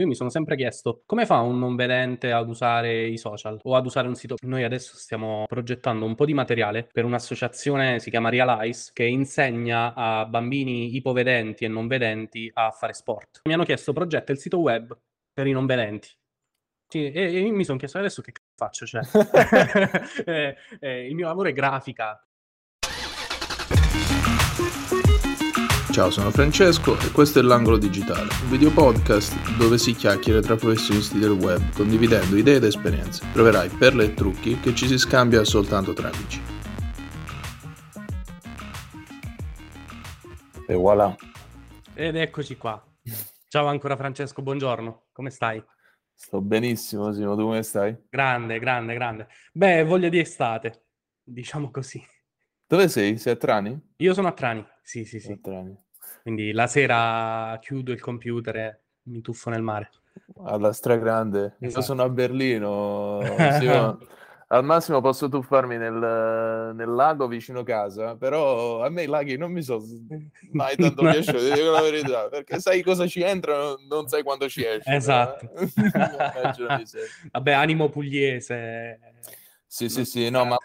Io mi sono sempre chiesto come fa un non vedente ad usare i social o ad usare un sito. Noi adesso stiamo progettando un po' di materiale per un'associazione, si chiama Realize, che insegna a bambini ipovedenti e non vedenti a fare sport. Mi hanno chiesto progetta il sito web per i non vedenti. Sì, e io mi sono chiesto adesso che faccio, cioè. Il mio lavoro è grafica. Ciao, sono Francesco e questo è L'Angolo Digitale, un video podcast dove si chiacchiera tra professionisti del web, condividendo idee ed esperienze. Troverai perle e trucchi che ci si scambia soltanto tra amici. E voilà. Ed eccoci qua. Ciao ancora Francesco, buongiorno, come stai? Sto benissimo, Simo, tu come stai? Grande, grande, grande. Beh, voglia di estate, diciamo così. Dove sei? Sei a Trani? Io sono a Trani, sì. A Trani. Quindi la sera chiudo il computer e mi tuffo nel mare. Alla stragrande. Io Esatto. sono a Berlino, Simo. Al massimo posso tuffarmi nel lago vicino casa, però a me i laghi non mi sono mai tanto piaciuti, ti dico la verità, perché sai cosa ci entra, non sai quando ci esce. Esatto. Mannaggia la miseria. Vabbè, animo pugliese. Sì, no, ma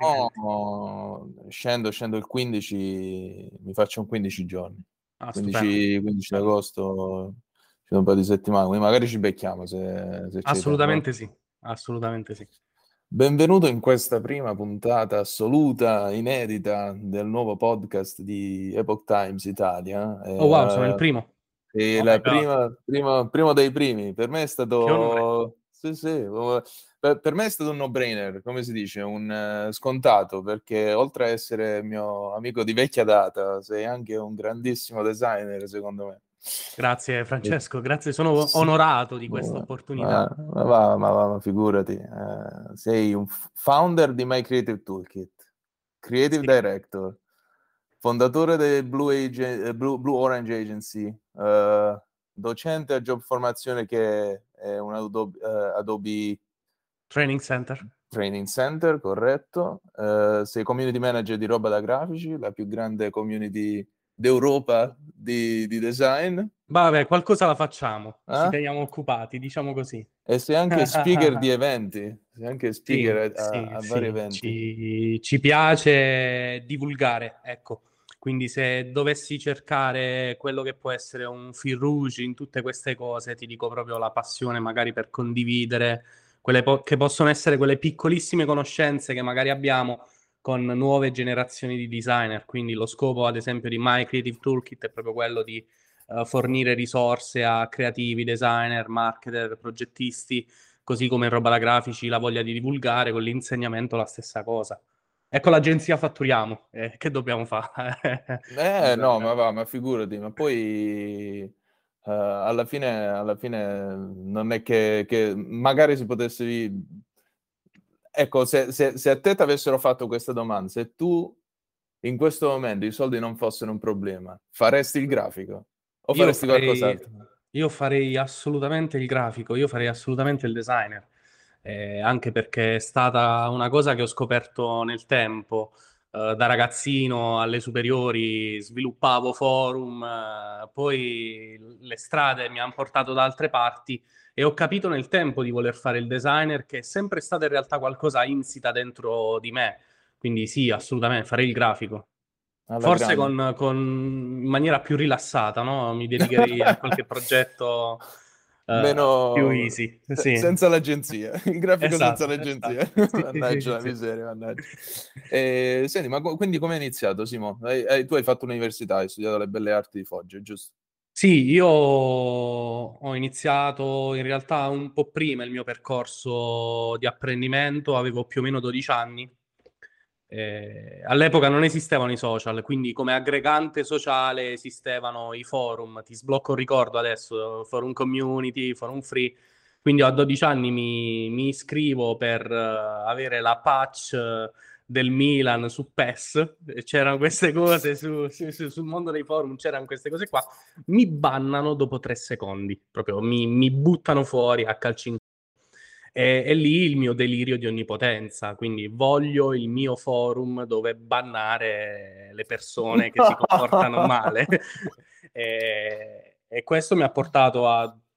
scendo il 15, mi faccio un 15 giorni. Ah, stupendo. 15 d'agosto, ci sono un paio di settimane, quindi magari ci becchiamo se c'hai tempo. Assolutamente sì. Benvenuto in questa prima puntata assoluta, inedita del nuovo podcast di Epoch Times Italia. Oh wow, sono il primo. E Oh my la God, primo dei primi. Per me è che onore. stato, sì, per me è stato un no-brainer, come si dice, un scontato, perché oltre a essere mio amico di vecchia data, sei anche un grandissimo designer, secondo me. Grazie Francesco, grazie, sono Sì. onorato di questa opportunità. Ma figurati, sei un founder di My Creative Toolkit, creative Sì. director, fondatore del Blue Orange Agency, docente a Job Formazione che è un Adobe Training Center. Training Center, corretto. Sei community manager di Roba da Grafici, la più grande community d'Europa di design. Vabbè, qualcosa la facciamo, ci Eh? teniamo occupati, diciamo così. E sei anche speaker di eventi, sei anche Sì, speaker a vari sì, eventi. ci piace divulgare, ecco. Quindi se dovessi cercare quello che può essere un fil rouge in tutte queste cose, ti dico proprio la passione magari per condividere quelle che possono essere quelle piccolissime conoscenze che magari abbiamo con nuove generazioni di designer. Quindi lo scopo, ad esempio, di My Creative Toolkit è proprio quello di fornire risorse a creativi, designer, marketer, progettisti, così come in roba da grafici la voglia di divulgare, con l'insegnamento la stessa cosa. Ecco l'agenzia Fatturiamo, che dobbiamo fare? No, ma figurati, ma poi alla fine non è che magari si potesse. Ecco, se a te ti avessero fatto questa domanda, se tu in questo momento i soldi non fossero un problema, faresti il grafico o Io faresti farei, qualcos'altro? io farei assolutamente il grafico, io farei assolutamente il designer, anche perché è stata una cosa che ho scoperto nel tempo. Da ragazzino alle superiori sviluppavo forum, poi le strade mi hanno portato da altre parti e ho capito nel tempo di voler fare il designer, che è sempre stata in realtà qualcosa insita dentro di me. Quindi sì, assolutamente, farei il grafico. Alla Forse grande. in maniera più rilassata, no? Mi dedicherei a qualche progetto più Meno easy. Sì, senza l'agenzia, il grafico senza esatto. l'agenzia. Mannaggia la miseria, mannaggia. Senti, ma quindi come hai iniziato, Simo? Tu hai fatto l'università, hai studiato le belle arti di Foggia, giusto? Sì, io ho iniziato in realtà un po' prima il mio percorso di apprendimento, avevo più o meno 12 anni. All'epoca non esistevano i social, quindi come aggregante sociale esistevano i forum. Ti sblocco un ricordo adesso, forum community, forum free. Quindi a 12 anni mi iscrivo per avere la patch del Milan su PES. C'erano queste cose sul mondo dei forum, c'erano queste cose qua. Mi bannano dopo 3 secondi, proprio mi buttano fuori a calci in. E lì il mio delirio di onnipotenza, quindi voglio il mio forum dove bannare le persone che si comportano male. E questo mi ha portato a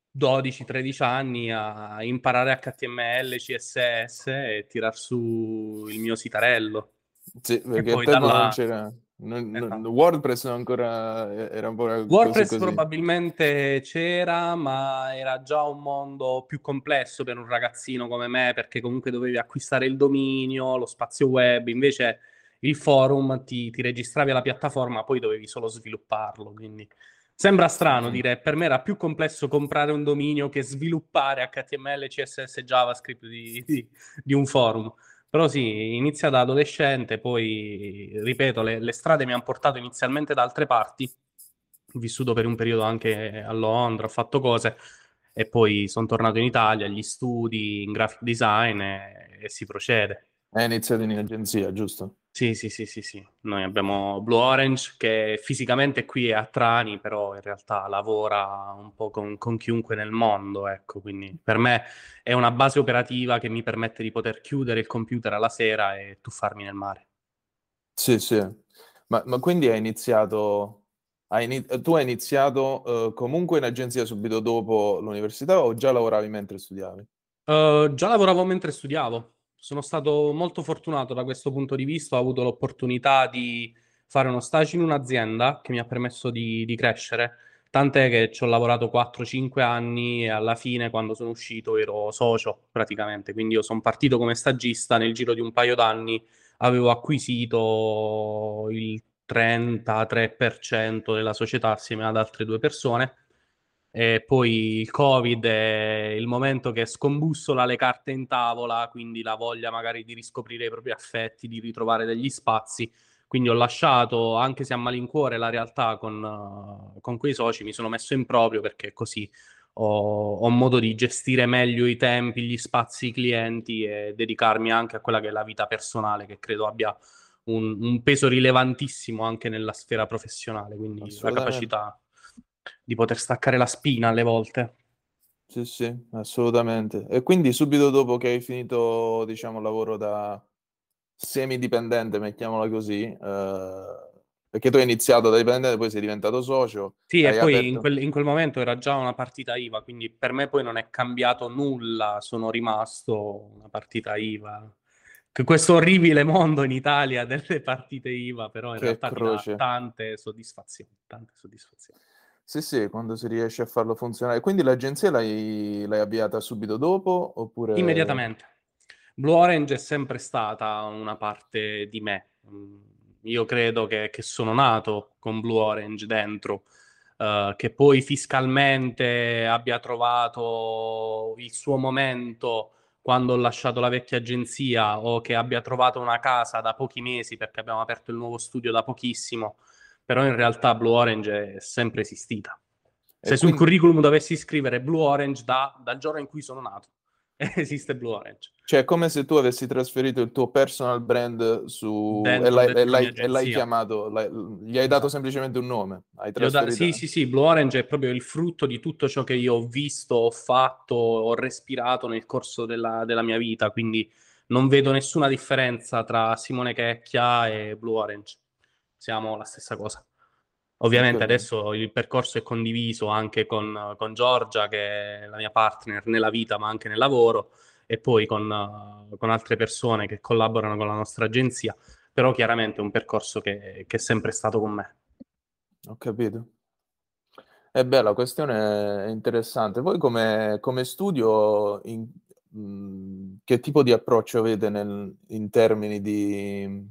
12-13 anni a imparare HTML, CSS e tirar su il mio sitarello. Sì, E perché a poi tempo da non là... c'era, Esatto. WordPress ancora era ancora così WordPress così. probabilmente c'era, ma era già un mondo più complesso per un ragazzino come me, perché comunque dovevi acquistare il dominio, lo spazio web, invece il forum ti registravi alla piattaforma, poi dovevi solo svilupparlo. Quindi sembra strano Mm. dire, per me era più complesso comprare un dominio che sviluppare HTML, CSS e JavaScript di un forum. Però sì, inizia da adolescente, poi, ripeto, le strade mi hanno portato inizialmente da altre parti. Ho vissuto per un periodo anche a Londra, ho fatto cose e poi sono tornato in Italia, agli studi in graphic design e si procede. È iniziato in agenzia, giusto? Sì, sì, sì, sì, sì. Noi abbiamo Blue Orange che fisicamente qui è a Trani, però in realtà lavora un po' con chiunque nel mondo, ecco. Quindi per me è una base operativa che mi permette di poter chiudere il computer alla sera e tuffarmi nel mare. Sì, sì. Ma quindi hai iniziato, tu hai iniziato comunque in agenzia subito dopo l'università o già lavoravi mentre studiavi? Già lavoravo mentre studiavo. Sono stato molto fortunato da questo punto di vista. Ho avuto l'opportunità di fare uno stage in un'azienda che mi ha permesso di crescere. Tant'è che ci ho lavorato 4-5 anni e alla fine, quando sono uscito, ero socio praticamente. Quindi io sono partito come stagista, nel giro di un paio d'anni avevo acquisito il 33% della società assieme ad altre due persone e poi il Covid è il momento che scombussola le carte in tavola, quindi la voglia magari di riscoprire i propri affetti, di ritrovare degli spazi. Quindi ho lasciato, anche se a malincuore, la realtà con quei soci, mi sono messo in proprio perché così ho modo di gestire meglio i tempi, gli spazi, i clienti e dedicarmi anche a quella che è la vita personale, che credo abbia un peso rilevantissimo anche nella sfera professionale, quindi la Assolutamente. capacità di poter staccare la spina alle volte. Sì, sì, assolutamente. E quindi subito dopo che hai finito, diciamo, il lavoro da semidipendente, mettiamola così, perché tu hai iniziato da dipendente, poi sei diventato socio, Sì, e hai poi in aperto... quel momento era già una partita IVA, quindi per me poi non è cambiato nulla, sono rimasto una partita IVA. Che questo orribile mondo in Italia delle partite IVA, però in Che realtà ti dà croce. tante soddisfazioni, tante soddisfazioni. Sì, sì, quando si riesce a farlo funzionare. Quindi l'agenzia l'hai avviata subito dopo, oppure... Immediatamente. Blue Orange è sempre stata una parte di me. Io credo che sono nato con Blue Orange dentro, che poi fiscalmente abbia trovato il suo momento quando ho lasciato la vecchia agenzia o che abbia trovato una casa da pochi mesi perché abbiamo aperto il nuovo studio da pochissimo, però in realtà Blue Orange è sempre esistita. E Se sul quindi, curriculum dovessi scrivere Blue Orange dal giorno in cui sono nato, esiste Blue Orange cioè, è come se tu avessi trasferito il tuo personal brand su... dentro, dentro la mia e l'hai agenzia. chiamato, gli hai dato Esatto. semplicemente un nome, hai Sì, trasferito... sì, sì, Blue Orange è proprio il frutto di tutto ciò che io ho visto, ho fatto, ho respirato nel corso della mia vita, quindi non vedo nessuna differenza tra Simone Checchia e Blue Orange. Siamo la stessa cosa. Ho Ovviamente capito. adesso il percorso è condiviso anche con Giorgia, che è la mia partner nella vita, ma anche nel lavoro, e poi con altre persone che collaborano con la nostra agenzia, però chiaramente è un percorso che è sempre stato con me. Ho capito. E beh, la questione è interessante. Voi come studio, che tipo di approccio avete in termini di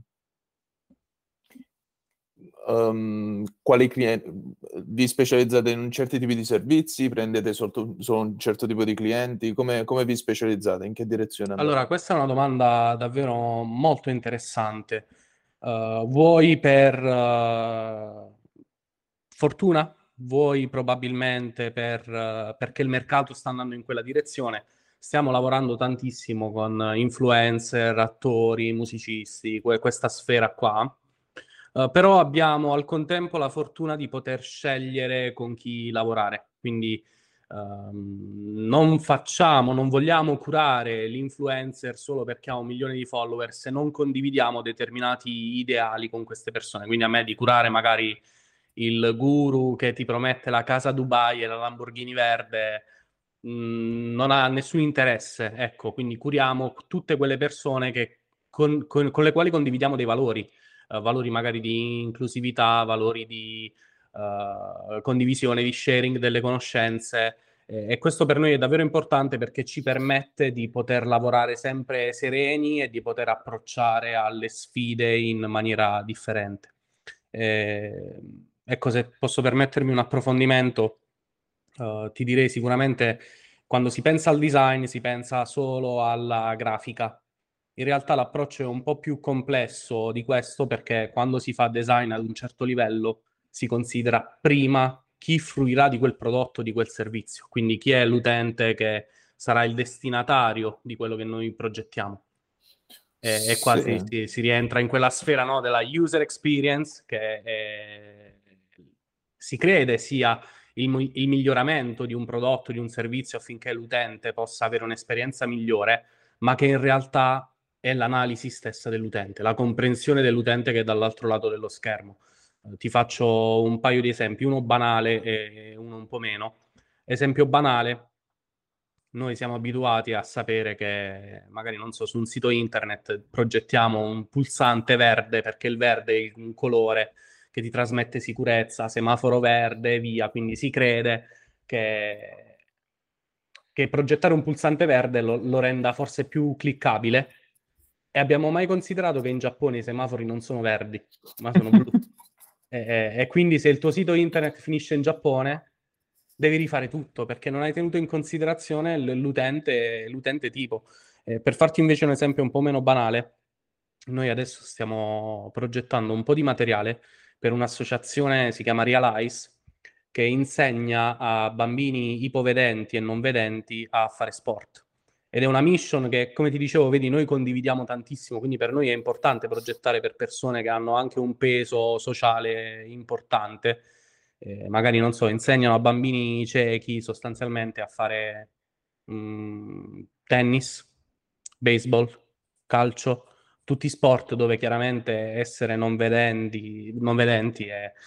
quali clienti, vi specializzate in certi tipi di servizi, prendete solo un certo tipo di clienti? Come vi specializzate? In che direzione andate? Allora, questa è una domanda davvero molto interessante. Vuoi per fortuna? Vuoi probabilmente perché il mercato sta andando in quella direzione? Stiamo lavorando tantissimo con influencer, attori, musicisti, questa sfera qua. Però abbiamo al contempo la fortuna di poter scegliere con chi lavorare. Quindi non vogliamo curare l'influencer solo perché ha 1 milione di follower se non condividiamo determinati ideali con queste persone. Quindi a me di curare magari il guru che ti promette la casa a Dubai e la Lamborghini verde non ha nessun interesse, ecco, quindi curiamo tutte quelle persone che con le quali condividiamo dei valori, valori magari di inclusività, valori di condivisione, di sharing delle conoscenze. E questo per noi è davvero importante perché ci permette di poter lavorare sempre sereni e di poter approcciare alle sfide in maniera differente. Ecco, se posso permettermi un approfondimento, ti direi sicuramente quando si pensa al design si pensa solo alla grafica. In realtà l'approccio è un po' più complesso di questo perché quando si fa design ad un certo livello si considera prima chi fruirà di quel prodotto, di quel servizio, quindi chi è l'utente che sarà il destinatario di quello che noi progettiamo. E qua Sì, si rientra in quella sfera, no, della user experience che si crede sia il miglioramento di un prodotto, di un servizio affinché l'utente possa avere un'esperienza migliore, ma che in realtà è l'analisi stessa dell'utente, la comprensione dell'utente che è dall'altro lato dello schermo. Ti faccio un paio di esempi, uno banale e uno un po' meno. Esempio banale, noi siamo abituati a sapere che magari, non so, su un sito internet progettiamo un pulsante verde perché il verde è un colore che ti trasmette sicurezza, semaforo verde, via. Quindi si crede che progettare un pulsante verde lo renda forse più cliccabile. E abbiamo mai considerato che in Giappone i semafori non sono verdi, ma sono blu. E quindi se il tuo sito internet finisce in Giappone, devi rifare tutto perché non hai tenuto in considerazione l'utente tipo. Per farti invece un esempio un po' meno banale, noi adesso stiamo progettando un po' di materiale per un'associazione, si chiama Realize, che insegna a bambini ipovedenti e non vedenti a fare sport. Ed è una mission che, come ti dicevo, vedi, noi condividiamo tantissimo, quindi per noi è importante progettare per persone che hanno anche un peso sociale importante. Magari, non so, insegnano a bambini ciechi sostanzialmente a fare tennis, baseball, calcio, tutti sport dove chiaramente essere non vedenti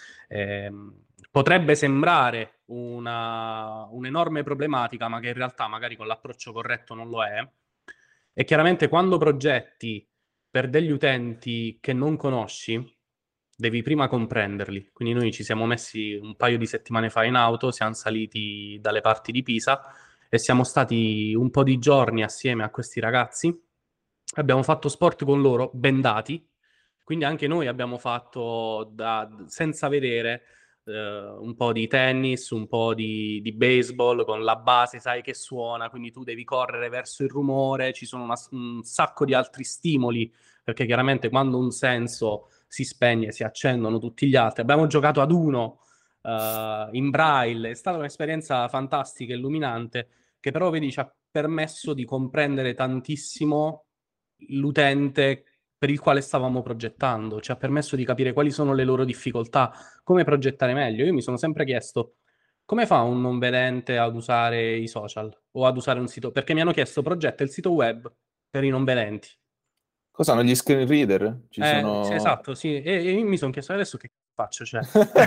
potrebbe sembrare un'enorme problematica, ma che in realtà magari con l'approccio corretto non lo è. E chiaramente quando progetti per degli utenti che non conosci, devi prima comprenderli. Quindi noi ci siamo messi un paio di settimane fa in auto, siamo saliti dalle parti di Pisa e siamo stati un po' di giorni assieme a questi ragazzi. Abbiamo fatto sport con loro, bendati, quindi anche noi abbiamo fatto senza vedere un po' di tennis, un po' di baseball con la base, sai che suona, quindi tu devi correre verso il rumore, ci sono un sacco di altri stimoli, perché chiaramente quando un senso si spegne, si accendono tutti gli altri. Abbiamo giocato ad uno in braille, è stata un'esperienza fantastica, illuminante, che però, vedi, ci ha permesso di comprendere tantissimo l'utente per il quale stavamo progettando, ci ha permesso di capire quali sono le loro difficoltà, come progettare meglio. Io mi sono sempre chiesto come fa un non vedente ad usare i social o ad usare un sito, perché mi hanno chiesto progetta il sito web per i non vedenti. cosa hanno gli screen reader? Ci Sì, sono... esatto, sì. E io mi sono chiesto adesso che faccio, cioè,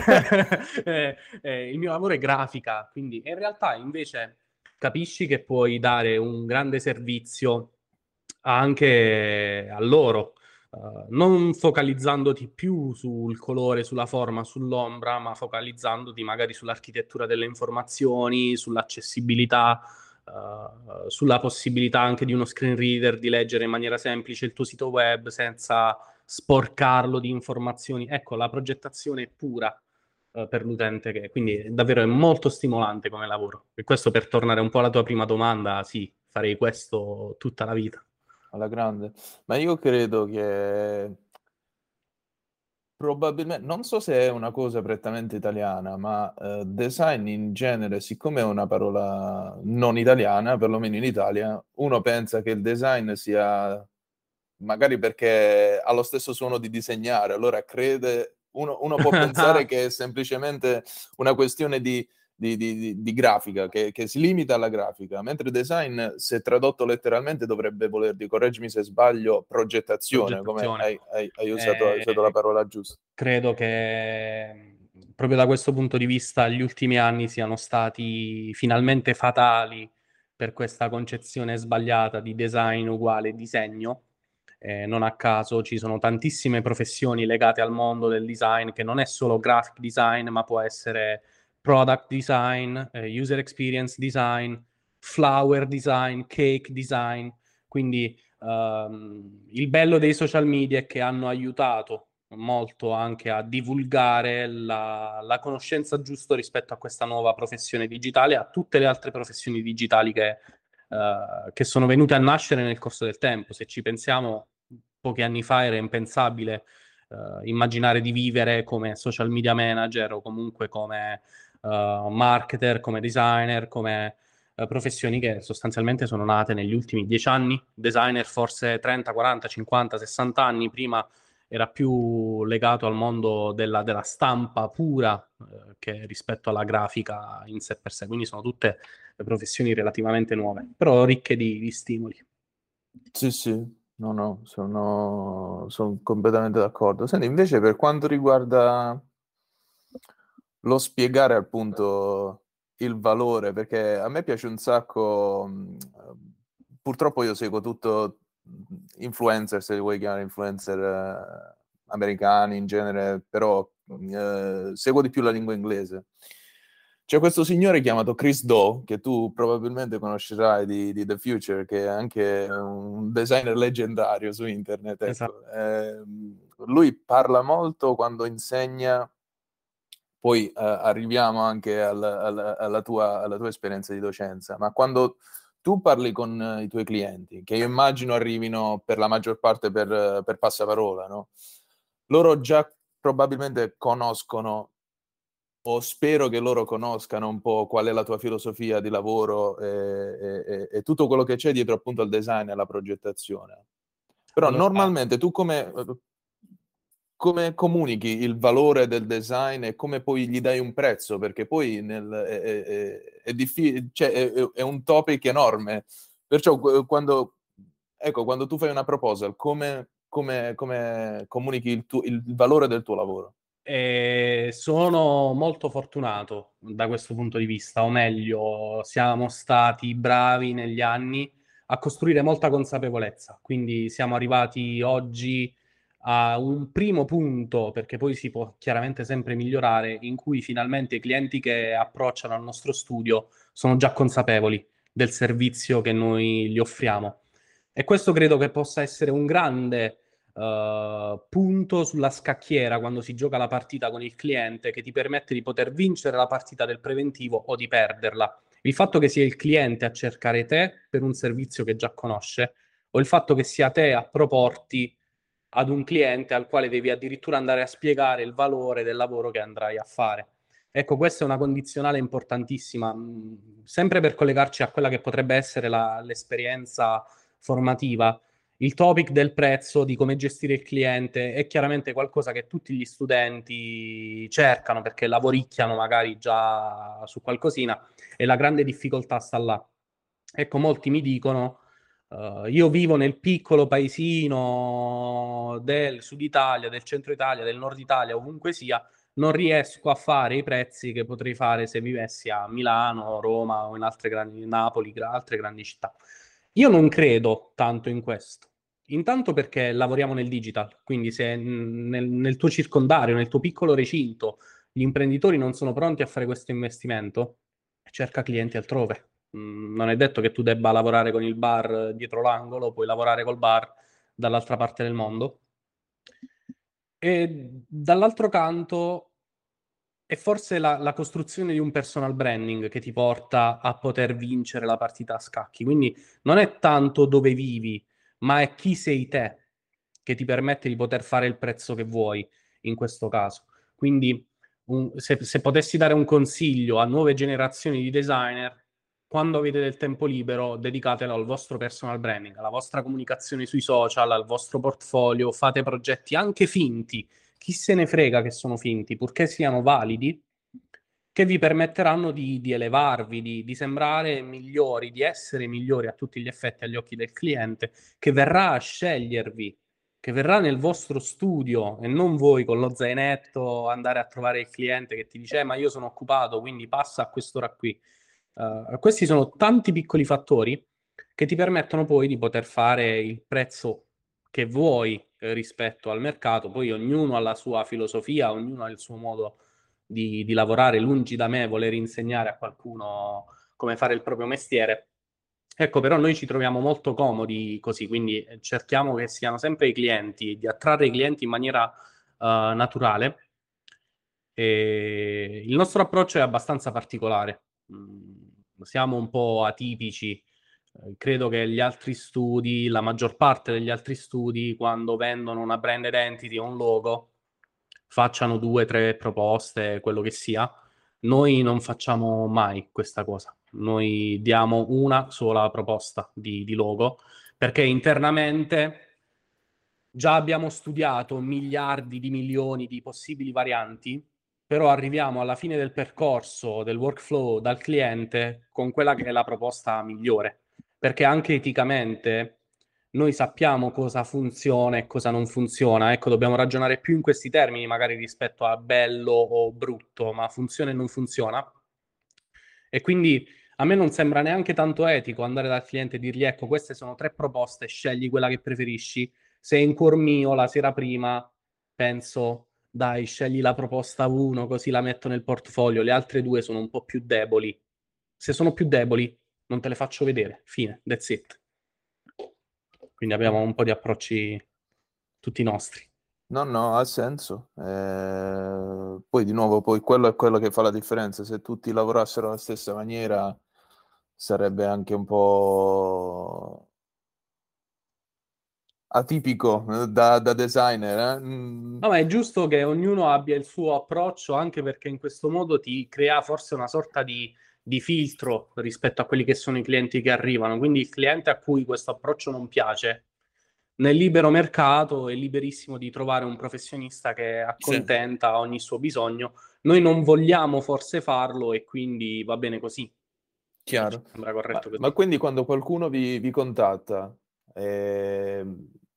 il mio lavoro è grafica, quindi in realtà invece capisci che puoi dare un grande servizio anche a loro, non focalizzandoti più sul colore, sulla forma, sull'ombra, ma focalizzandoti magari sull'architettura delle informazioni, sull'accessibilità, sulla possibilità anche di uno screen reader di leggere in maniera semplice il tuo sito web senza sporcarlo di informazioni. Ecco, la progettazione è pura per l'utente, che quindi davvero è molto stimolante come lavoro. E questo per tornare un po' alla tua prima domanda, sì, farei questo tutta la vita. alla grande. Ma io credo che probabilmente, non so se è una cosa prettamente italiana, ma design in genere, siccome è una parola non italiana, perlomeno in Italia, uno pensa che il design sia magari perché ha lo stesso suono di disegnare, allora crede, uno può pensare che è semplicemente una questione di grafica, che si limita alla grafica, mentre design, se tradotto letteralmente, dovrebbe voler dire, correggimi se sbaglio, progettazione, come Progettazione. hai usato la parola giusta. Credo che proprio da questo punto di vista gli ultimi anni siano stati finalmente fatali per questa concezione sbagliata di design uguale disegno. Non a caso ci sono tantissime professioni legate al mondo del design, che non è solo graphic design, ma può essere product design, user experience design, flower design, cake design. Quindi il bello dei social media è che hanno aiutato molto anche a divulgare la conoscenza giusta rispetto a questa nuova professione digitale e a tutte le altre professioni digitali che sono venute a nascere nel corso del tempo. Se ci pensiamo, pochi anni fa era impensabile immaginare di vivere come social media manager o comunque come marketer, come designer, come professioni che sostanzialmente sono nate negli ultimi 10 anni. Designer forse 30, 40, 50, 60 anni prima era più legato al mondo della stampa pura che rispetto alla grafica in sé per sé. Quindi sono tutte professioni relativamente nuove, però ricche di stimoli. Sì, sì, no, no, sono completamente d'accordo. Senti, invece per quanto riguarda lo spiegare appunto il valore, perché a me piace un sacco, purtroppo io seguo tutto influencer, se li vuoi chiamare influencer americani in genere, però seguo di più la lingua inglese. C'è questo signore chiamato Chris Do, che tu probabilmente conoscerai di The Future, che è anche un designer leggendario su internet. Esatto. Ecco. Lui parla molto quando insegna, poi arriviamo anche alla tua esperienza di docenza, ma quando tu parli con i tuoi clienti, che io immagino arrivino per la maggior parte per passaparola, no? Loro già probabilmente conoscono, o spero che loro conoscano un po' qual è la tua filosofia di lavoro e tutto quello che c'è dietro appunto al design e alla progettazione. Però Lo sai. normalmente tu come comunichi il valore del design e come poi gli dai un prezzo? Perché poi cioè, è un topic enorme. Perciò quando tu fai una proposal, come comunichi il valore del tuo lavoro? Sono molto fortunato da questo punto di vista, o meglio, siamo stati bravi negli anni a costruire molta consapevolezza. Quindi siamo arrivati oggi a un primo punto, perché poi si può chiaramente sempre migliorare, in cui finalmente i clienti che approcciano al nostro studio sono già consapevoli del servizio che noi gli offriamo. E questo credo che possa essere un grande punto sulla scacchiera quando si gioca la partita con il cliente, che ti permette di poter vincere la partita del preventivo o di perderla. Il fatto che sia il cliente a cercare te per un servizio che già conosce, o il fatto che sia te a proporti ad un cliente al quale devi addirittura andare a spiegare il valore del lavoro che andrai a fare. Ecco, questa è una condizionale importantissima, sempre per collegarci a quella che potrebbe essere l'esperienza formativa. Il topic del prezzo, di come gestire il cliente, è chiaramente qualcosa che tutti gli studenti cercano perché lavoricchiano magari già su qualcosina e la grande difficoltà sta là. Ecco, molti mi dicono, io vivo nel piccolo paesino del sud Italia, del centro Italia, del nord Italia, ovunque sia, non riesco a fare i prezzi che potrei fare se vivessi a Milano, Roma o in altre grandi, Napoli, altre grandi città. Io non credo tanto in questo. Intanto perché lavoriamo nel digital, quindi se nel tuo circondario, nel tuo piccolo recinto, gli imprenditori non sono pronti a fare questo investimento, cerca clienti altrove. Non è detto che tu debba lavorare con il bar dietro l'angolo, puoi lavorare col bar dall'altra parte del mondo. E dall'altro canto è forse la costruzione di un personal branding che ti porta a poter vincere la partita a scacchi. Quindi non è tanto dove vivi, ma è chi sei te che ti permette di poter fare il prezzo che vuoi in questo caso. Quindi se potessi dare un consiglio a nuove generazioni di designer, quando avete del tempo libero, dedicatelo al vostro personal branding, alla vostra comunicazione sui social, al vostro portfolio, fate progetti anche finti, chi se ne frega che sono finti, purché siano validi, che vi permetteranno di elevarvi, di sembrare migliori, di essere migliori a tutti gli effetti agli occhi del cliente, che verrà a scegliervi, che verrà nel vostro studio e non voi con lo zainetto andare a trovare il cliente che ti dice ma io sono occupato, quindi passa a quest'ora qui. Questi sono tanti piccoli fattori che ti permettono poi di poter fare il prezzo che vuoi rispetto al mercato. Poi ognuno ha la sua filosofia, ognuno ha il suo modo di lavorare. Lungi da me voler insegnare a qualcuno come fare il proprio mestiere. Ecco, però noi ci troviamo molto comodi così, quindi cerchiamo che siano sempre i clienti, di attrarre i clienti in maniera naturale. E il nostro approccio è abbastanza particolare. Siamo un po' atipici. Credo che gli altri studi, la maggior parte degli altri studi, quando vendono una brand identity o un logo, facciano 2 o 3 proposte, quello che sia. Noi non facciamo mai questa cosa. Noi diamo una sola proposta di logo perché internamente già abbiamo studiato miliardi di milioni di possibili varianti, però arriviamo alla fine del percorso, del workflow dal cliente con quella che è la proposta migliore, perché anche eticamente noi sappiamo cosa funziona e cosa non funziona. Ecco, dobbiamo ragionare più in questi termini, magari rispetto a bello o brutto, ma funziona e non funziona. E quindi a me non sembra neanche tanto etico andare dal cliente e dirgli, ecco, queste sono 3 proposte, scegli quella che preferisci. Se in cuor mio la sera prima penso, dai, scegli la proposta 1, così la metto nel portfolio, le altre 2 sono un po' più deboli. Se sono più deboli, non te le faccio vedere. Fine, that's it. Quindi abbiamo un po' di approcci tutti nostri. No, no, ha senso. Poi di nuovo, poi quello è quello che fa la differenza. Se tutti lavorassero alla stessa maniera, sarebbe anche un po' atipico da designer, eh? No, ma è giusto che ognuno abbia il suo approccio, anche perché in questo modo ti crea forse una sorta di filtro rispetto a quelli che sono i clienti che arrivano. Quindi il cliente a cui questo approccio non piace, nel libero mercato è liberissimo di trovare un professionista che Sì, accontenta ogni suo bisogno. Noi non vogliamo forse farlo e quindi va bene così. Ci chiaro. sembra corretto Ma così. quindi quando qualcuno vi contatta e,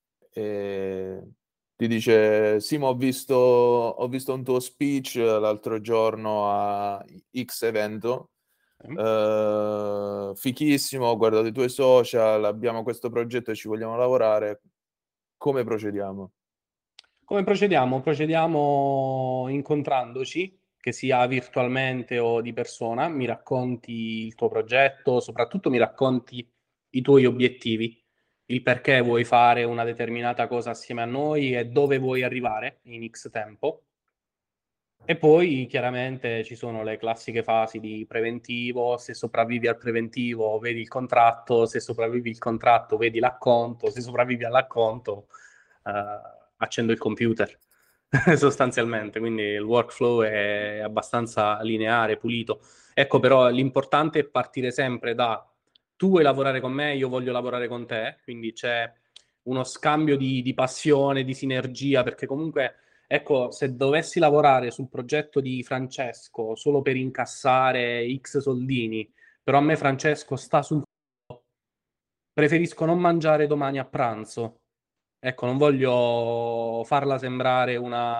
e ti dice, sì, ma ho visto un tuo speech l'altro giorno a X evento, Eh? fichissimo, ho guardato i tuoi social, abbiamo questo progetto e ci vogliamo lavorare, come procediamo? Come procediamo? Procediamo incontrandoci, che sia virtualmente o di persona, mi racconti il tuo progetto, soprattutto mi racconti i tuoi obiettivi, il perché vuoi fare una determinata cosa assieme a noi e dove vuoi arrivare in X tempo. E poi chiaramente ci sono le classiche fasi di preventivo, se sopravvivi al preventivo vedi il contratto, se sopravvivi il contratto vedi l'acconto, se sopravvivi all'acconto accendo il computer sostanzialmente, quindi il workflow è abbastanza lineare, pulito. Ecco però l'importante è partire sempre da tu vuoi lavorare con me, io voglio lavorare con te, quindi c'è uno scambio di passione, di sinergia, perché comunque ecco, se dovessi lavorare sul progetto di Francesco solo per incassare X soldini, però a me Francesco sta sul culo, preferisco non mangiare domani a pranzo. Ecco, non voglio farla sembrare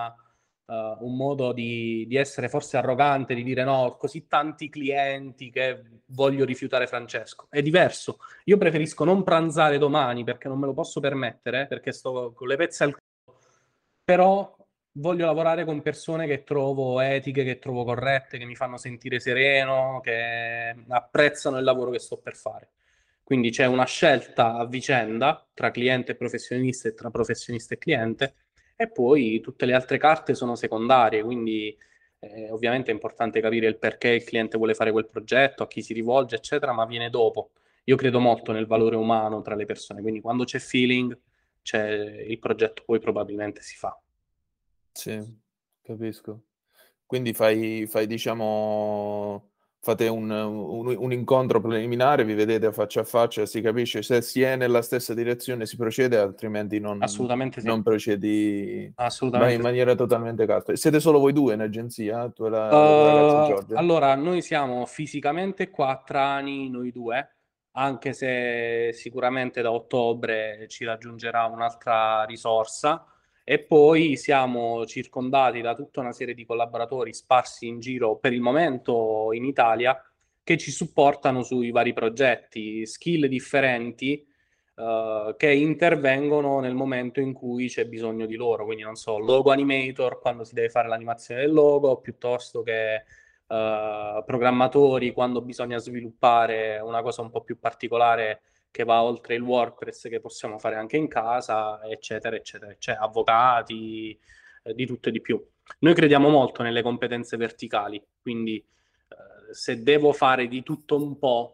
un modo di essere forse arrogante, di dire no, ho così tanti clienti che voglio rifiutare Francesco. È diverso. Io preferisco non pranzare domani perché non me lo posso permettere, perché sto con le pezze al culo, però voglio lavorare con persone che trovo etiche, che trovo corrette, che mi fanno sentire sereno, che apprezzano il lavoro che sto per fare. Quindi c'è una scelta a vicenda tra cliente e professionista e tra professionista e cliente, e poi tutte le altre carte sono secondarie, quindi ovviamente è importante capire il perché il cliente vuole fare quel progetto, a chi si rivolge, eccetera, ma viene dopo. Io credo molto nel valore umano tra le persone, quindi quando c'è feeling, il progetto poi probabilmente si fa. Sì, capisco. Quindi diciamo, fate un incontro preliminare, vi vedete faccia a faccia, si capisce se si è nella stessa direzione si procede, altrimenti Assolutamente sì, non procedi, vai in assolutamente sì. maniera totalmente casuale. Siete solo voi due in agenzia? Tu e la tua ragazza Giorgia? Allora, noi siamo fisicamente qua a Trani, noi due, anche se sicuramente da ottobre ci raggiungerà un'altra risorsa, e poi siamo circondati da tutta una serie di collaboratori sparsi in giro per il momento in Italia, che ci supportano sui vari progetti, skill differenti che intervengono nel momento in cui c'è bisogno di loro. Quindi, non so, logo animator quando si deve fare l'animazione del logo, piuttosto che programmatori quando bisogna sviluppare una cosa un po' più particolare che va oltre il WordPress che possiamo fare anche in casa, eccetera, eccetera. Cioè, avvocati, di tutto e di più. Noi crediamo molto nelle competenze verticali, quindi se devo fare di tutto un po',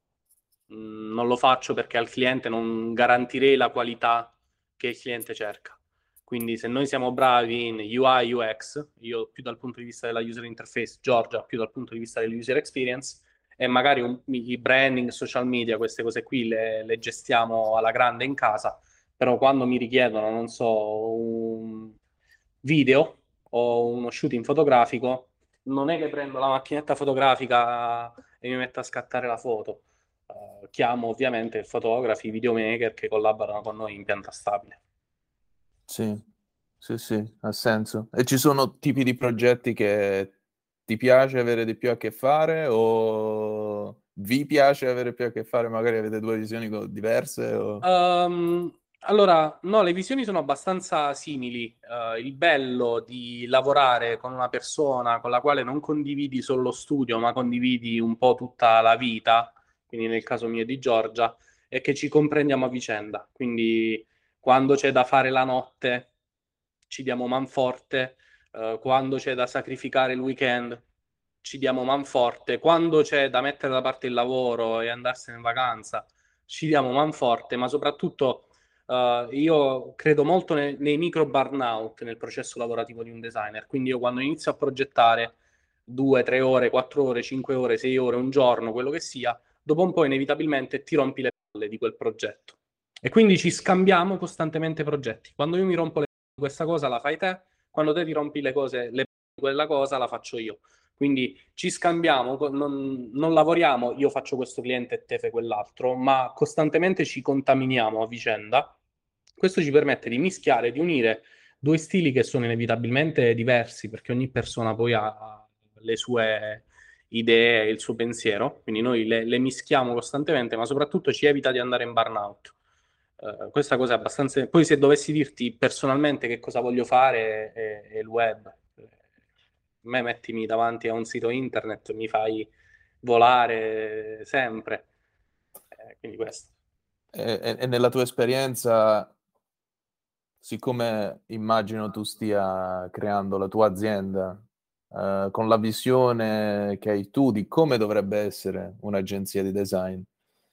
non lo faccio perché al cliente non garantirei la qualità che il cliente cerca. Quindi se noi siamo bravi in UI, UX, io più dal punto di vista della user interface, Giorgia più dal punto di vista dell'user experience, e magari il branding, social media, queste cose qui le gestiamo alla grande in casa, però quando mi richiedono, non so, un video o uno shooting fotografico, non è che prendo la macchinetta fotografica e mi metto a scattare la foto. Chiamo ovviamente fotografi, videomaker che collaborano con noi in pianta stabile. Sì, sì, sì, ha senso. E ci sono tipi di progetti che ti piace avere di più a che fare o vi piace avere più a che fare? Magari avete due visioni diverse o... Allora, no, le visioni sono abbastanza simili. Il bello di lavorare con una persona con la quale non condividi solo lo studio, ma condividi un po' tutta la vita, quindi nel caso mio e di Giorgia, è che ci comprendiamo a vicenda. Quindi quando c'è da fare la notte, ci diamo manforte. Quando c'è da sacrificare il weekend, ci diamo manforte. Quando c'è da mettere da parte il lavoro e andarsene in vacanza, ci diamo manforte, ma soprattutto io credo molto nei micro burnout nel processo lavorativo di un designer. Quindi io quando inizio a progettare 2, 3 ore, 4 ore, 5 ore, 6 ore, un giorno, quello che sia, dopo un po' inevitabilmente ti rompi le palle di quel progetto. E quindi ci scambiamo costantemente progetti. Quando io mi rompo le palle di questa cosa la fai te, quando te ti rompi le cose, le palle di quella cosa la faccio io. Quindi ci scambiamo, non lavoriamo, io faccio questo cliente e te fai quell'altro, ma costantemente ci contaminiamo a vicenda. Questo ci permette di mischiare, di unire due stili che sono inevitabilmente diversi, perché ogni persona poi ha le sue idee, il suo pensiero, quindi noi le mischiamo costantemente, ma soprattutto ci evita di andare in burnout. Questa cosa è abbastanza... Poi se dovessi dirti personalmente che cosa voglio fare è il web. A me mettimi davanti a un sito internet, mi fai volare sempre. Quindi questo. E nella tua esperienza, siccome immagino tu stia creando la tua azienda, con la visione che hai tu di come dovrebbe essere un'agenzia di design,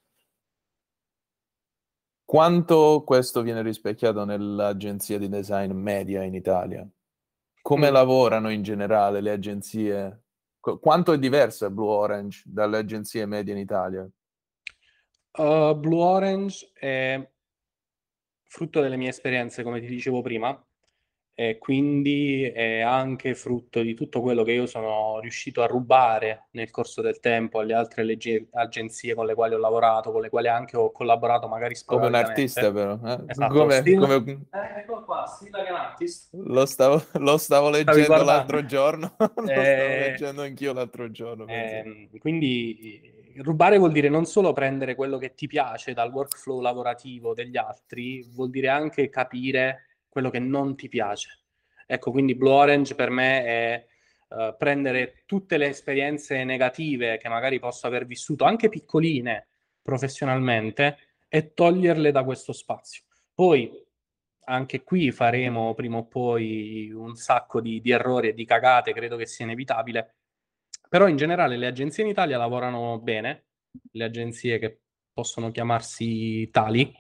quanto questo viene rispecchiato nell'agenzia di design media in Italia? Come Mm. lavorano in generale le agenzie? Quanto è diversa Blue Orange dalle agenzie medie in Italia? Blue Orange è frutto delle mie esperienze, come ti dicevo prima, e quindi è anche frutto di tutto quello che io sono riuscito a rubare nel corso del tempo alle altre agenzie con le quali ho lavorato, con le quali anche ho collaborato magari Come un artista sporadicamente. però, Esatto, Come, still... come... Ecco qua, still like an artist. Lo stavo Stavi leggendo guardando. l'altro giorno, lo stavo Eh, leggendo anch'io l'altro giorno, penso. quindi rubare vuol dire non solo prendere quello che ti piace dal workflow lavorativo degli altri, vuol dire anche capire quello che non ti piace. Ecco, quindi Blue Orange per me è prendere tutte le esperienze negative che magari posso aver vissuto, anche piccoline, professionalmente, e toglierle da questo spazio. Poi anche qui faremo prima o poi un sacco di errori e di cagate, credo che sia inevitabile. Però in generale le agenzie in Italia lavorano bene, le agenzie che possono chiamarsi tali.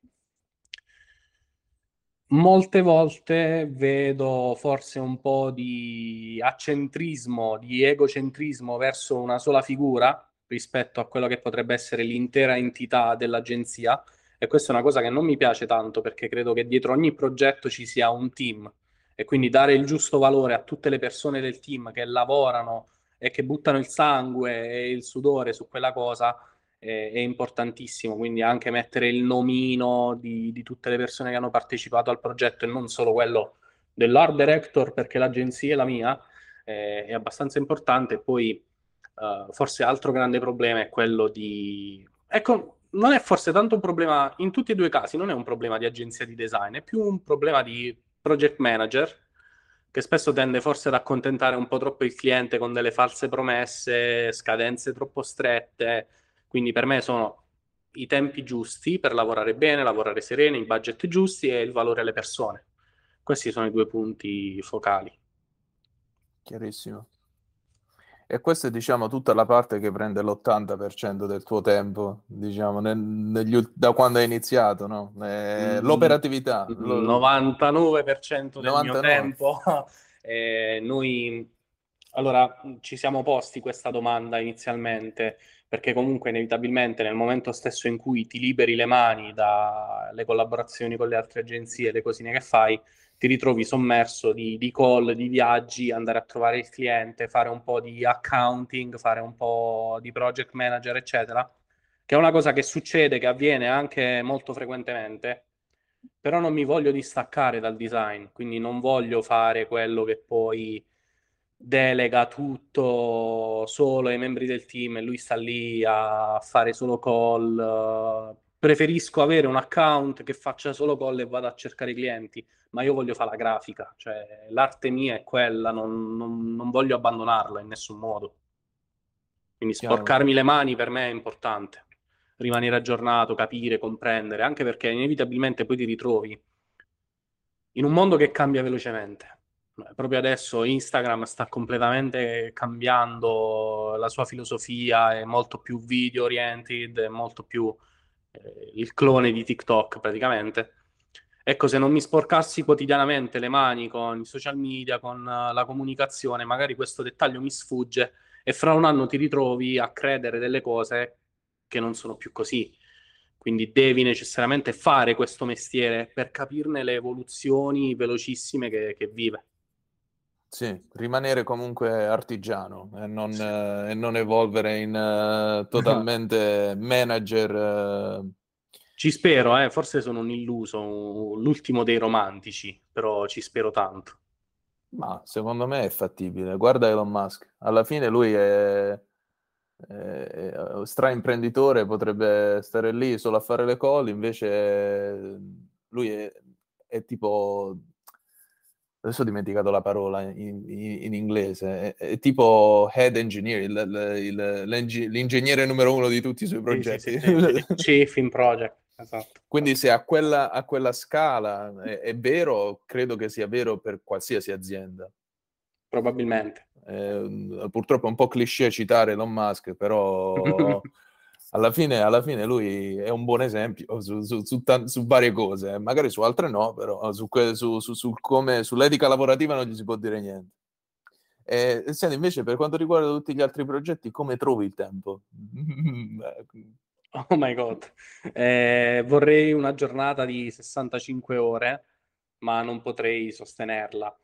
Molte volte vedo forse un po' di accentrismo, di egocentrismo verso una sola figura rispetto a quello che potrebbe essere l'intera entità dell'agenzia. E questa è una cosa che non mi piace tanto perché credo che dietro ogni progetto ci sia un team e quindi dare il giusto valore a tutte le persone del team che lavorano e che buttano il sangue e il sudore su quella cosa è importantissimo, quindi anche mettere il nomino di tutte le persone che hanno partecipato al progetto e non solo quello dell'art director perché l'agenzia è la mia, è abbastanza importante. Poi Forse altro grande problema è quello di... Ecco, non è forse tanto un problema, in tutti e due i casi, non è un problema di agenzia di design, è più un problema di project manager, che spesso tende forse ad accontentare un po' troppo il cliente con delle false promesse, scadenze troppo strette. Quindi per me sono i tempi giusti per lavorare bene, lavorare sereni, i budget giusti e il valore alle persone. Questi sono i due punti focali. Chiarissimo. E questa è, diciamo, tutta la parte che prende l'80% del tuo tempo, diciamo, da quando hai iniziato, no? Mm, L'operatività, 99% del mio 99. tempo. Noi allora ci siamo posti questa domanda inizialmente, perché comunque inevitabilmente nel momento stesso in cui ti liberi le mani dalle collaborazioni con le altre agenzie, le cosine che fai, ti ritrovi sommerso di call, di viaggi, andare a trovare il cliente, fare un po' di accounting, fare un po' di project manager, eccetera, che è una cosa che succede, che avviene anche molto frequentemente, però non mi voglio distaccare dal design, quindi non voglio fare quello che poi delega tutto solo ai membri del team e lui sta lì a fare solo call. Preferisco avere un account che faccia solo call e vada a cercare i clienti, ma io voglio fare la grafica, cioè l'arte mia è quella, non voglio abbandonarla in nessun modo. Quindi Chiaro. sporcarmi le mani per me è importante, rimanere aggiornato, capire, comprendere, anche perché inevitabilmente poi ti ritrovi in un mondo che cambia velocemente. Proprio adesso Instagram sta completamente cambiando la sua filosofia, è molto più video oriented, è molto più il clone di TikTok praticamente. Ecco, se non mi sporcassi quotidianamente le mani con i social media, con la comunicazione, magari questo dettaglio mi sfugge e fra un anno ti ritrovi a credere delle cose che non sono più così. Quindi devi necessariamente fare questo mestiere per capirne le evoluzioni velocissime che vive. Sì, rimanere comunque artigiano e non evolvere in totalmente manager. Ci spero, forse sono un illuso, l'ultimo dei romantici, però ci spero tanto. Ma secondo me è fattibile. Guarda Elon Musk, alla fine lui è straimprenditore, potrebbe stare lì solo a fare le call, invece lui è tipo, adesso ho dimenticato la parola in inglese, è tipo head engineer, l'ingegnere numero uno di tutti i suoi Sì, sì, sì, progetti. sì. Chief in project, esatto. Quindi se a quella scala è vero, credo che sia vero per qualsiasi azienda. Probabilmente. Purtroppo è un po' cliché citare Elon Musk, però alla fine lui è un buon esempio su varie cose, magari su altre no, però sull'etica lavorativa non gli si può dire niente. Senti, invece, per quanto riguarda tutti gli altri progetti, come trovi il tempo? Oh my God. Vorrei una giornata di 65 ore, ma non potrei sostenerla.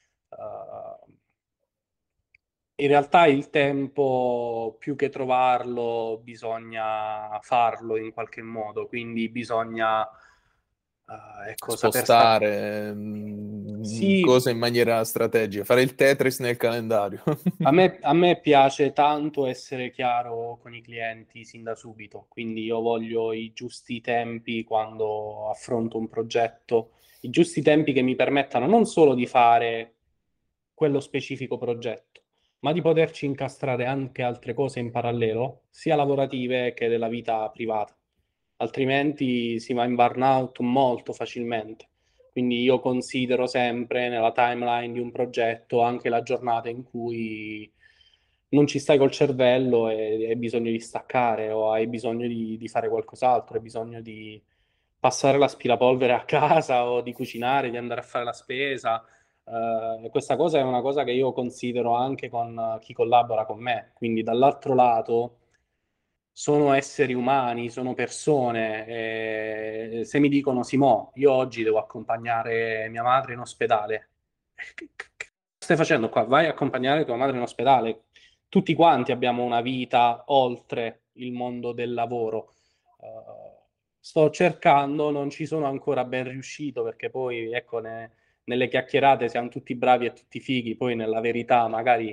In realtà il tempo, più che trovarlo, bisogna farlo in qualche modo, quindi bisogna, ecco, saper stare. Spostare Sì, cose in maniera strategica, fare il Tetris nel calendario. a me piace tanto essere chiaro con i clienti sin da subito, quindi io voglio i giusti tempi quando affronto un progetto, i giusti tempi che mi permettano non solo di fare quello specifico progetto, ma di poterci incastrare anche altre cose in parallelo, sia lavorative che della vita privata. Altrimenti si va in burnout molto facilmente. Quindi io considero sempre nella timeline di un progetto anche la giornata in cui non ci stai col cervello e hai bisogno di staccare o hai bisogno di fare qualcos'altro, hai bisogno di passare l'aspirapolvere a casa o di cucinare, di andare a fare la spesa. Questa cosa è una cosa che io considero anche con chi collabora con me. Quindi dall'altro lato sono esseri umani, sono persone. E se mi dicono, Simo, io oggi devo accompagnare mia madre in ospedale, che stai facendo qua? Vai a accompagnare tua madre in ospedale. Tutti quanti abbiamo una vita oltre il mondo del lavoro. Sto cercando, non ci sono ancora ben riuscito perché poi, ecco, nelle chiacchierate siamo tutti bravi e tutti fighi, poi nella verità magari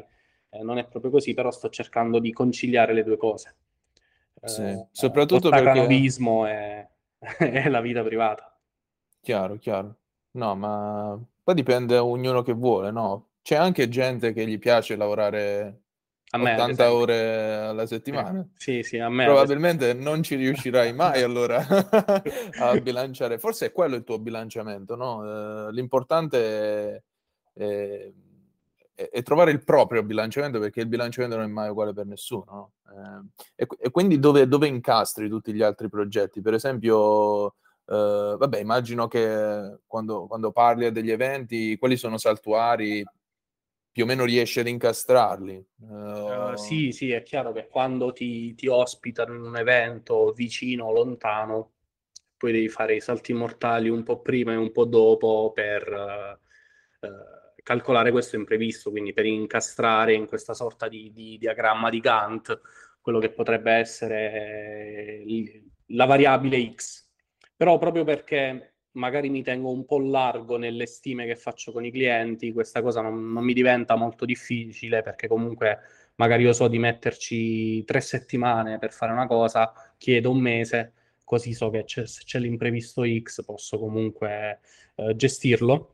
non è proprio così, però sto cercando di conciliare le due cose. Sì, Lo soprattutto perché... stacanovismo e, e la vita privata. Chiaro, chiaro. No, ma poi dipende da ognuno che vuole, no? C'è anche gente che gli piace lavorare A me, ad 80 esempio. ore alla settimana. Sì, sì, a me, ad esempio. Probabilmente non ci riuscirai mai allora a bilanciare. Forse è quello il tuo bilanciamento, no? L'importante è, è trovare il proprio bilanciamento, perché il bilanciamento non è mai uguale per nessuno, no? E quindi dove incastri tutti gli altri progetti? Per esempio, vabbè, immagino che quando parli degli eventi, quelli sono saltuari, più o meno riesci ad incastrarli. Sì, sì, è chiaro che quando ti ospitano in un evento vicino o lontano, poi devi fare i salti mortali un po' prima e un po' dopo per calcolare questo imprevisto, quindi per incastrare in questa sorta di diagramma di Gantt quello che potrebbe essere la variabile X. Però proprio perché magari mi tengo un po' largo nelle stime che faccio con i clienti, questa cosa non mi diventa molto difficile perché comunque magari io so di metterci 3 settimane per fare una cosa, chiedo un mese, così so che se c'è l'imprevisto X posso comunque gestirlo.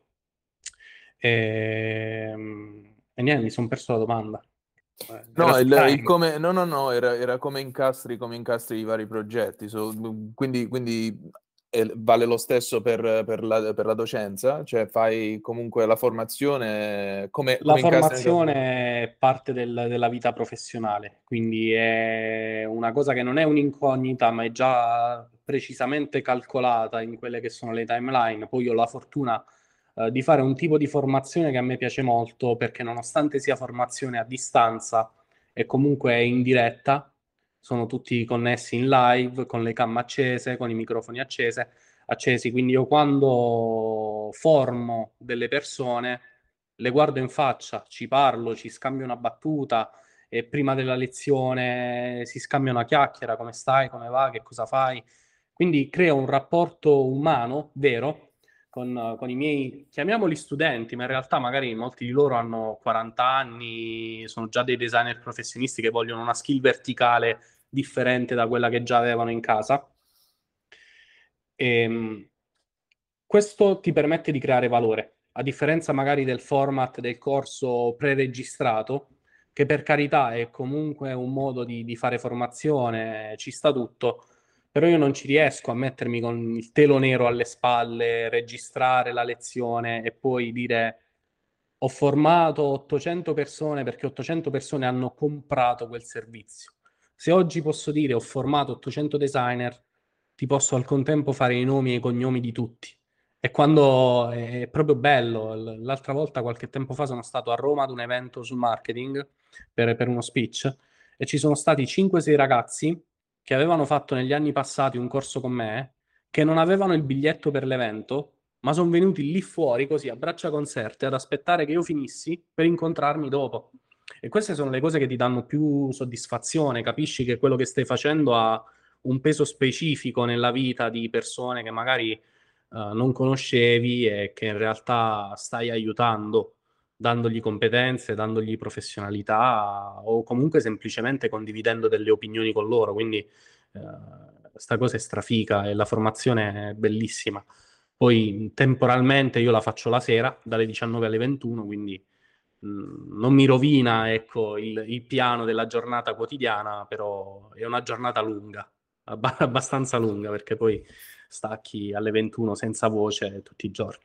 E niente, mi sono perso la domanda. Era No, sul il timing. come, no, no, no, era come incastri i vari progetti. Quindi vale lo stesso per la docenza, cioè fai comunque la formazione, La come incastri? formazione è parte della vita professionale, quindi è una cosa che non è un'incognita, ma è già precisamente calcolata in quelle che sono le timeline. Poi ho la fortuna, di fare un tipo di formazione che a me piace molto, perché nonostante sia formazione a distanza e comunque in diretta, sono tutti connessi in live, con le cam accese, con i microfoni accesi, quindi io quando formo delle persone le guardo in faccia, ci parlo, ci scambio una battuta e prima della lezione si scambia una chiacchiera, come stai, come va, che cosa fai. Quindi creo un rapporto umano, vero, con i miei, chiamiamoli studenti, ma in realtà magari molti di loro hanno 40 anni, sono già dei designer professionisti che vogliono una skill verticale differente da quella che già avevano in casa. E, questo ti permette di creare valore, a differenza magari del format del corso preregistrato, che per carità è comunque un modo di fare formazione, ci sta tutto, però io non ci riesco a mettermi con il telo nero alle spalle, registrare la lezione e poi dire ho formato 800 persone perché 800 persone hanno comprato quel servizio. Se oggi posso dire ho formato 800 designer, ti posso al contempo fare i nomi e i cognomi di tutti. E quando è proprio bello, l'altra volta, qualche tempo fa, sono stato a Roma ad un evento sul marketing per uno speech e ci sono stati 5-6 ragazzi che avevano fatto negli anni passati un corso con me, che non avevano il biglietto per l'evento, ma sono venuti lì fuori così a braccia conserte ad aspettare che io finissi per incontrarmi dopo. E queste sono le cose che ti danno più soddisfazione, capisci che quello che stai facendo ha un peso specifico nella vita di persone che magari non conoscevi e che in realtà stai aiutando, dandogli competenze, dandogli professionalità o comunque semplicemente condividendo delle opinioni con loro. Quindi sta cosa è strafica e la formazione è bellissima. Poi temporalmente io la faccio la sera, dalle 19 alle 21, quindi non mi rovina, ecco, il piano della giornata quotidiana, però è una giornata lunga, abbastanza lunga, perché poi stacchi alle 21 senza voce tutti i giorni.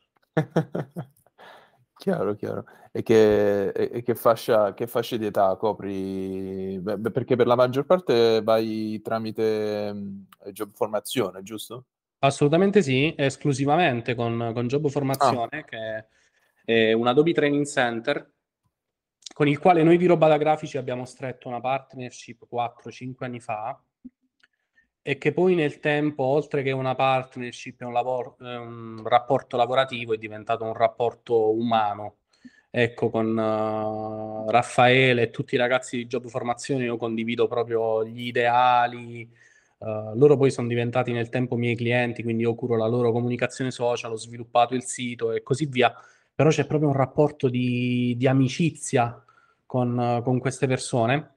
Chiaro, chiaro. E che fasce di età copri? Beh, perché per la maggior parte vai tramite job formazione, giusto? Assolutamente sì, esclusivamente con Job Ah, Formazione, che è un Adobe Training Center, con il quale noi di Roba da Grafici abbiamo stretto una partnership 4-5 anni fa e che poi nel tempo, oltre che una partnership e un rapporto lavorativo, è diventato un rapporto umano. Ecco, con Raffaele e tutti i ragazzi di Job Formazione io condivido proprio gli ideali. Loro poi sono diventati nel tempo miei clienti, quindi io curo la loro comunicazione social, ho sviluppato il sito e così via. Però c'è proprio un rapporto di amicizia con queste persone.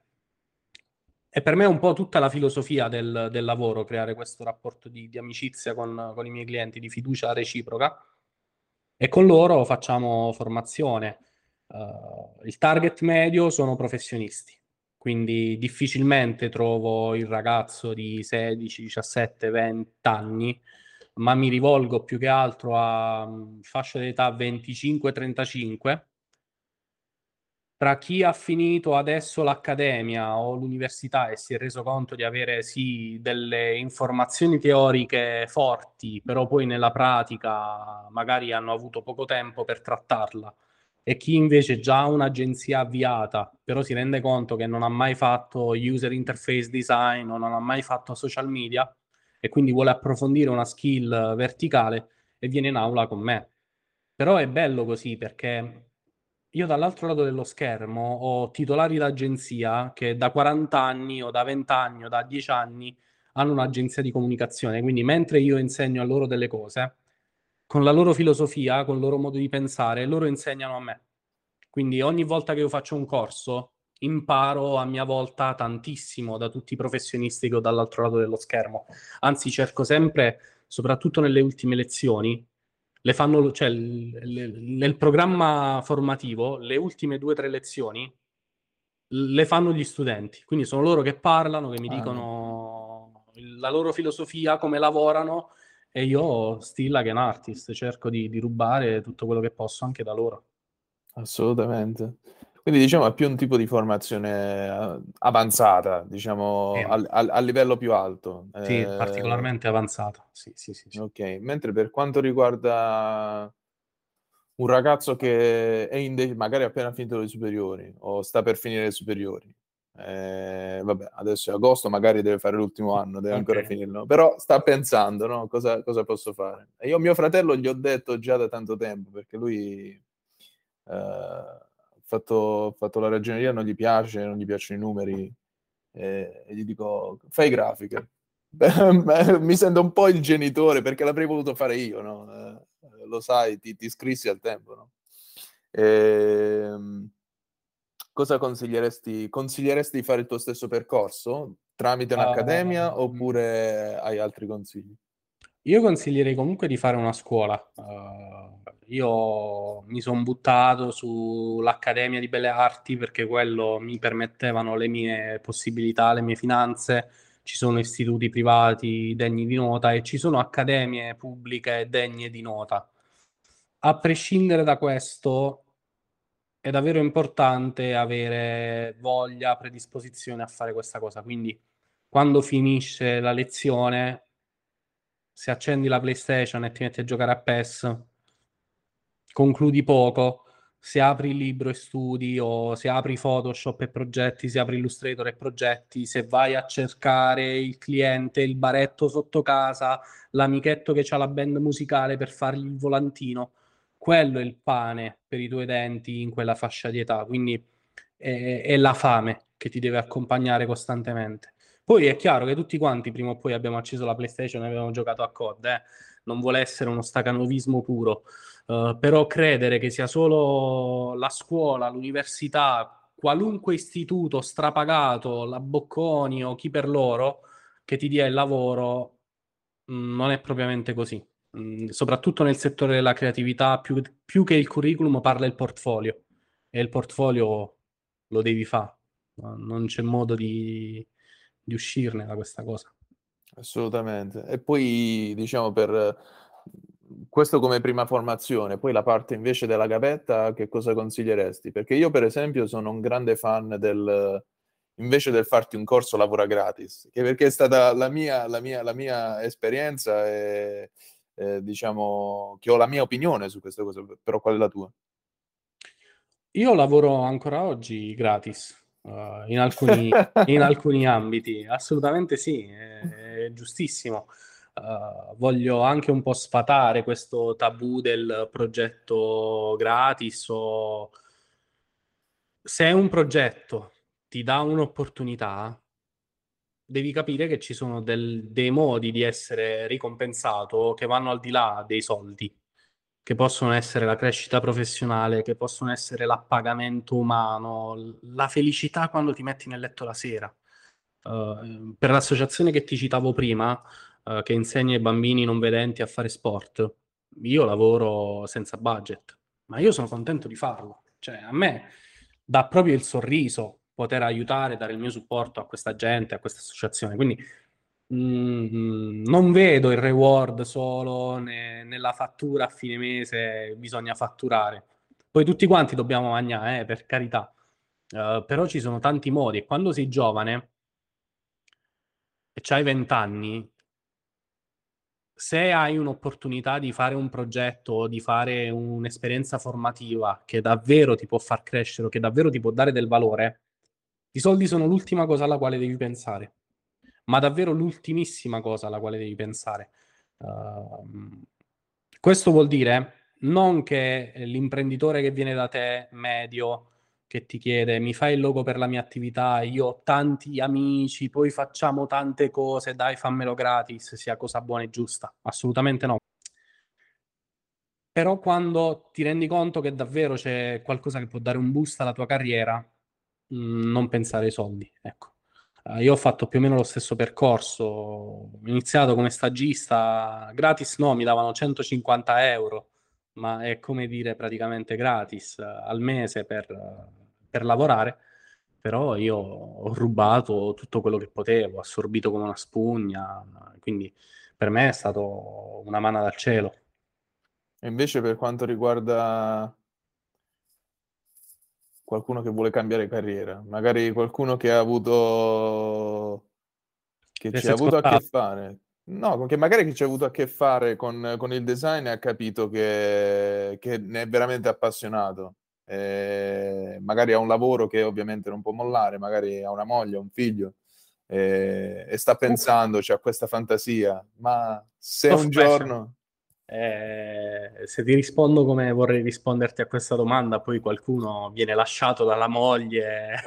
E per me è un po' tutta la filosofia del lavoro, creare questo rapporto di amicizia con i miei clienti, di fiducia reciproca. E con loro facciamo formazione. Il target medio sono professionisti, quindi difficilmente trovo il ragazzo di 16, 17, 20 anni, ma mi rivolgo più che altro a fascia d'età 25-35, tra chi ha finito adesso l'accademia o l'università e si è reso conto di avere sì delle informazioni teoriche forti, però poi nella pratica magari hanno avuto poco tempo per trattarla, e chi invece già ha un'agenzia avviata, però si rende conto che non ha mai fatto user interface design o non ha mai fatto social media e quindi vuole approfondire una skill verticale e viene in aula con me. Però è bello così perché io dall'altro lato dello schermo ho titolari d'agenzia che da 40 anni o da 20 anni o da 10 anni hanno un'agenzia di comunicazione, quindi mentre io insegno a loro delle cose, con la loro filosofia, con il loro modo di pensare, loro insegnano a me. Quindi ogni volta che io faccio un corso, imparo a mia volta tantissimo da tutti i professionisti che ho dall'altro lato dello schermo. Anzi, cerco sempre, soprattutto nelle ultime lezioni, le fanno, cioè, nel programma formativo, le ultime 2 o 3 lezioni le fanno gli studenti. Quindi sono loro che parlano, che mi Ah, dicono la loro filosofia, come lavorano, e io, still like an artist, cerco di rubare tutto quello che posso anche da loro. assolutamente. Quindi diciamo è più un tipo di formazione avanzata, diciamo Sì, a livello più alto. sì, particolarmente avanzata. Sì, sì, sì, sì. Ok, mentre per quanto riguarda un ragazzo che è magari ha appena finito le superiori o sta per finire le superiori, vabbè, adesso è agosto, magari deve fare l'ultimo anno, deve Ok. ancora finirlo, però sta pensando, no? Cosa posso fare? E io a mio fratello gli ho detto già da tanto tempo, perché lui ha fatto la ragioneria, non gli piace, non gli piacciono i numeri, e gli dico, fai grafica. Beh, mi sento un po' il genitore perché l'avrei voluto fare io, no? Lo sai, ti iscrissi al tempo, no? Ehm, cosa consiglieresti? Consiglieresti di fare il tuo stesso percorso tramite un'accademia Ehm, oppure hai altri consigli? io consiglierei comunque di fare una scuola. Io mi sono buttato sull'Accademia di Belle Arti perché quello mi permettevano le mie possibilità, le mie finanze. Ci sono istituti privati degni di nota e ci sono accademie pubbliche degne di nota. A prescindere da questo, è davvero importante avere voglia, predisposizione a fare questa cosa. Quindi, quando finisce la lezione, se accendi la PlayStation e ti metti a giocare a PES, concludi poco. Se apri il libro e studi, o se apri Photoshop e progetti, se apri Illustrator e progetti, se vai a cercare il cliente, il baretto sotto casa, l'amichetto che ha la band musicale per fargli il volantino, quello è il pane per i tuoi denti in quella fascia di età. Quindi è la fame che ti deve accompagnare costantemente. Poi è chiaro che tutti quanti prima o poi abbiamo acceso la PlayStation e abbiamo giocato a COD, eh. Non vuole essere uno stacanovismo puro. Però credere che sia solo la scuola, l'università, qualunque istituto strapagato, la Bocconi o chi per loro, che ti dia il lavoro, non è propriamente così. Soprattutto nel settore della creatività, più che il curriculum parla il portfolio, e il portfolio lo devi fare. Non c'è modo di uscirne da questa cosa. Assolutamente. E poi, diciamo, per questo come prima formazione, poi la parte invece della gavetta, che cosa consiglieresti? Perché io, per esempio, sono un grande fan invece del farti un corso lavora gratis, perché è stata la mia esperienza e, diciamo, che ho la mia opinione su questa cosa, però qual è la tua? Io lavoro ancora oggi gratis, in alcuni ambiti, assolutamente sì, è giustissimo. Voglio anche un po' sfatare questo tabù del progetto gratis, o se un progetto ti dà un'opportunità, devi capire che ci sono dei modi di essere ricompensato che vanno al di là dei soldi. che possono essere la crescita professionale, che possono essere l'appagamento umano, la felicità quando ti metti nel letto la sera. Per l'associazione che ti citavo prima, che insegna ai bambini non vedenti a fare sport, io lavoro senza budget, ma io sono contento di farlo. Cioè, a me dà proprio il sorriso poter aiutare, dare il mio supporto a questa gente, a questa associazione. Quindi non vedo il reward solo nella fattura a fine mese, bisogna fatturare. Poi tutti quanti dobbiamo mangiare, per carità. Però ci sono tanti modi e quando sei giovane e c'hai 20 anni, se hai un'opportunità di fare un progetto o di fare un'esperienza formativa che davvero ti può far crescere o che davvero ti può dare del valore, i soldi sono l'ultima cosa alla quale devi pensare, ma davvero l'ultimissima cosa alla quale devi pensare. Uh, Questo vuol dire non che l'imprenditore che viene da te, medio, che ti chiede mi fai il logo per la mia attività, io ho tanti amici, poi facciamo tante cose, dai fammelo gratis, sia cosa buona e giusta. Assolutamente no. Però quando ti rendi conto che davvero c'è qualcosa che può dare un boost alla tua carriera, non pensare ai soldi, ecco. Io ho fatto più o meno lo stesso percorso, ho iniziato come stagista, gratis no, mi davano 150 euro, ma è come dire praticamente gratis al mese per lavorare, però io ho rubato tutto quello che potevo, assorbito come una spugna, quindi per me è stato una mano dal cielo. E invece per quanto riguarda qualcuno che vuole cambiare carriera, magari qualcuno che ha avuto, che ci Adesso ha è avuto a che scontato. fare, no, che magari che ci ha avuto a che fare con il design e ha capito che ne è veramente appassionato. Magari ha un lavoro che ovviamente non può mollare, magari ha una moglie, un figlio, e sta pensando, c'ha questa fantasia, ma se Tough un question. giorno... Se ti rispondo come vorrei risponderti a questa domanda, poi qualcuno viene lasciato dalla moglie.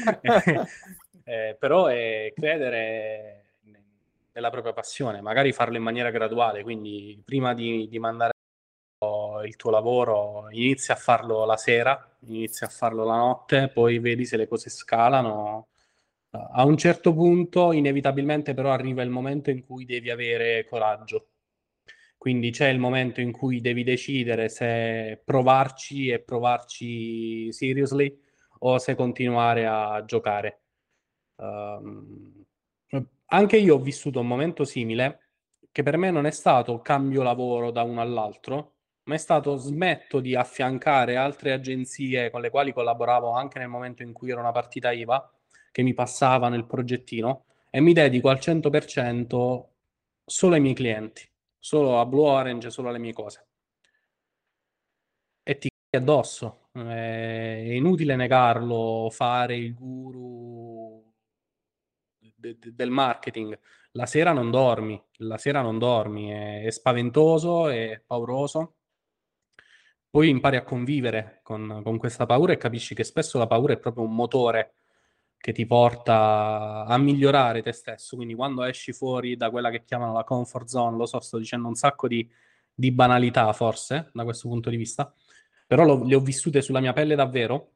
Però è credere nella propria passione, magari farlo in maniera graduale, quindi prima di mandare il tuo lavoro, inizi a farlo la sera, inizi a farlo la notte, poi vedi se le cose scalano. A un certo punto, inevitabilmente, però, arriva il momento in cui devi avere coraggio. Quindi c'è il momento in cui devi decidere se provarci e provarci seriously o se continuare a giocare. Um, Anche io ho vissuto un momento simile che per me non è stato cambio lavoro da uno all'altro, ma è stato smetto di affiancare altre agenzie con le quali collaboravo anche nel momento in cui era una partita IVA, che mi passavano il progettino, e mi dedico al 100% solo ai miei clienti, solo a Blue Orange, solo alle mie cose. E ti caghi addosso. È inutile negarlo, fare il guru del marketing. La sera non dormi, è spaventoso, è pauroso. Poi impari a convivere con questa paura e capisci che spesso la paura è proprio un motore che ti porta a migliorare te stesso. Quindi quando esci fuori da quella che chiamano la comfort zone, lo so, sto dicendo un sacco di banalità forse da questo punto di vista, però le ho vissute sulla mia pelle davvero.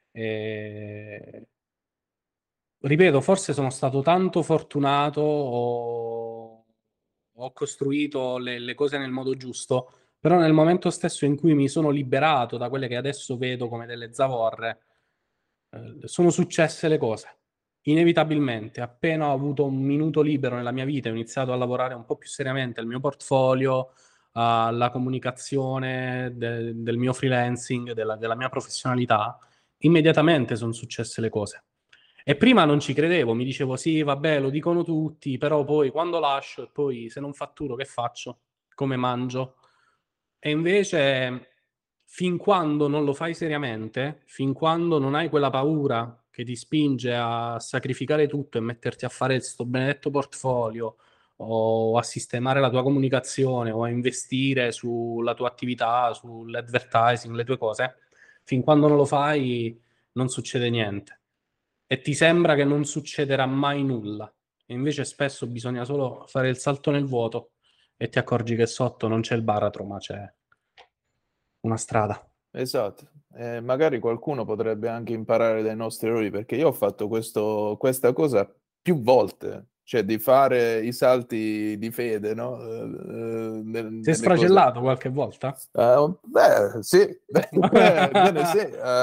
E ripeto, forse sono stato tanto fortunato o ho costruito le cose nel modo giusto, però nel momento stesso in cui mi sono liberato da quelle che adesso vedo come delle zavorre, sono successe le cose. Inevitabilmente, appena ho avuto un minuto libero nella mia vita, ho iniziato a lavorare un po' più seriamente al mio portfolio, alla comunicazione del mio freelancing, della mia professionalità, immediatamente sono successe le cose. E prima non ci credevo, mi dicevo sì, vabbè, lo dicono tutti, però poi quando lascio e poi se non fatturo che faccio? Come mangio? E invece fin quando non lo fai seriamente, fin quando non hai quella paura che ti spinge a sacrificare tutto e metterti a fare sto benedetto portfolio o a sistemare la tua comunicazione o a investire sulla tua attività, sull'advertising, le tue cose, fin quando non lo fai non succede niente e ti sembra che non succederà mai nulla. E invece spesso bisogna solo fare il salto nel vuoto e ti accorgi che sotto non c'è il baratro, ma c'è una strada. Esatto. Magari qualcuno potrebbe anche imparare dai nostri errori, perché io ho fatto questa cosa più volte, cioè di fare i salti di fede, no? Si è Nelle cose. sfracellato qualche volta? Beh, sì, bene, sì.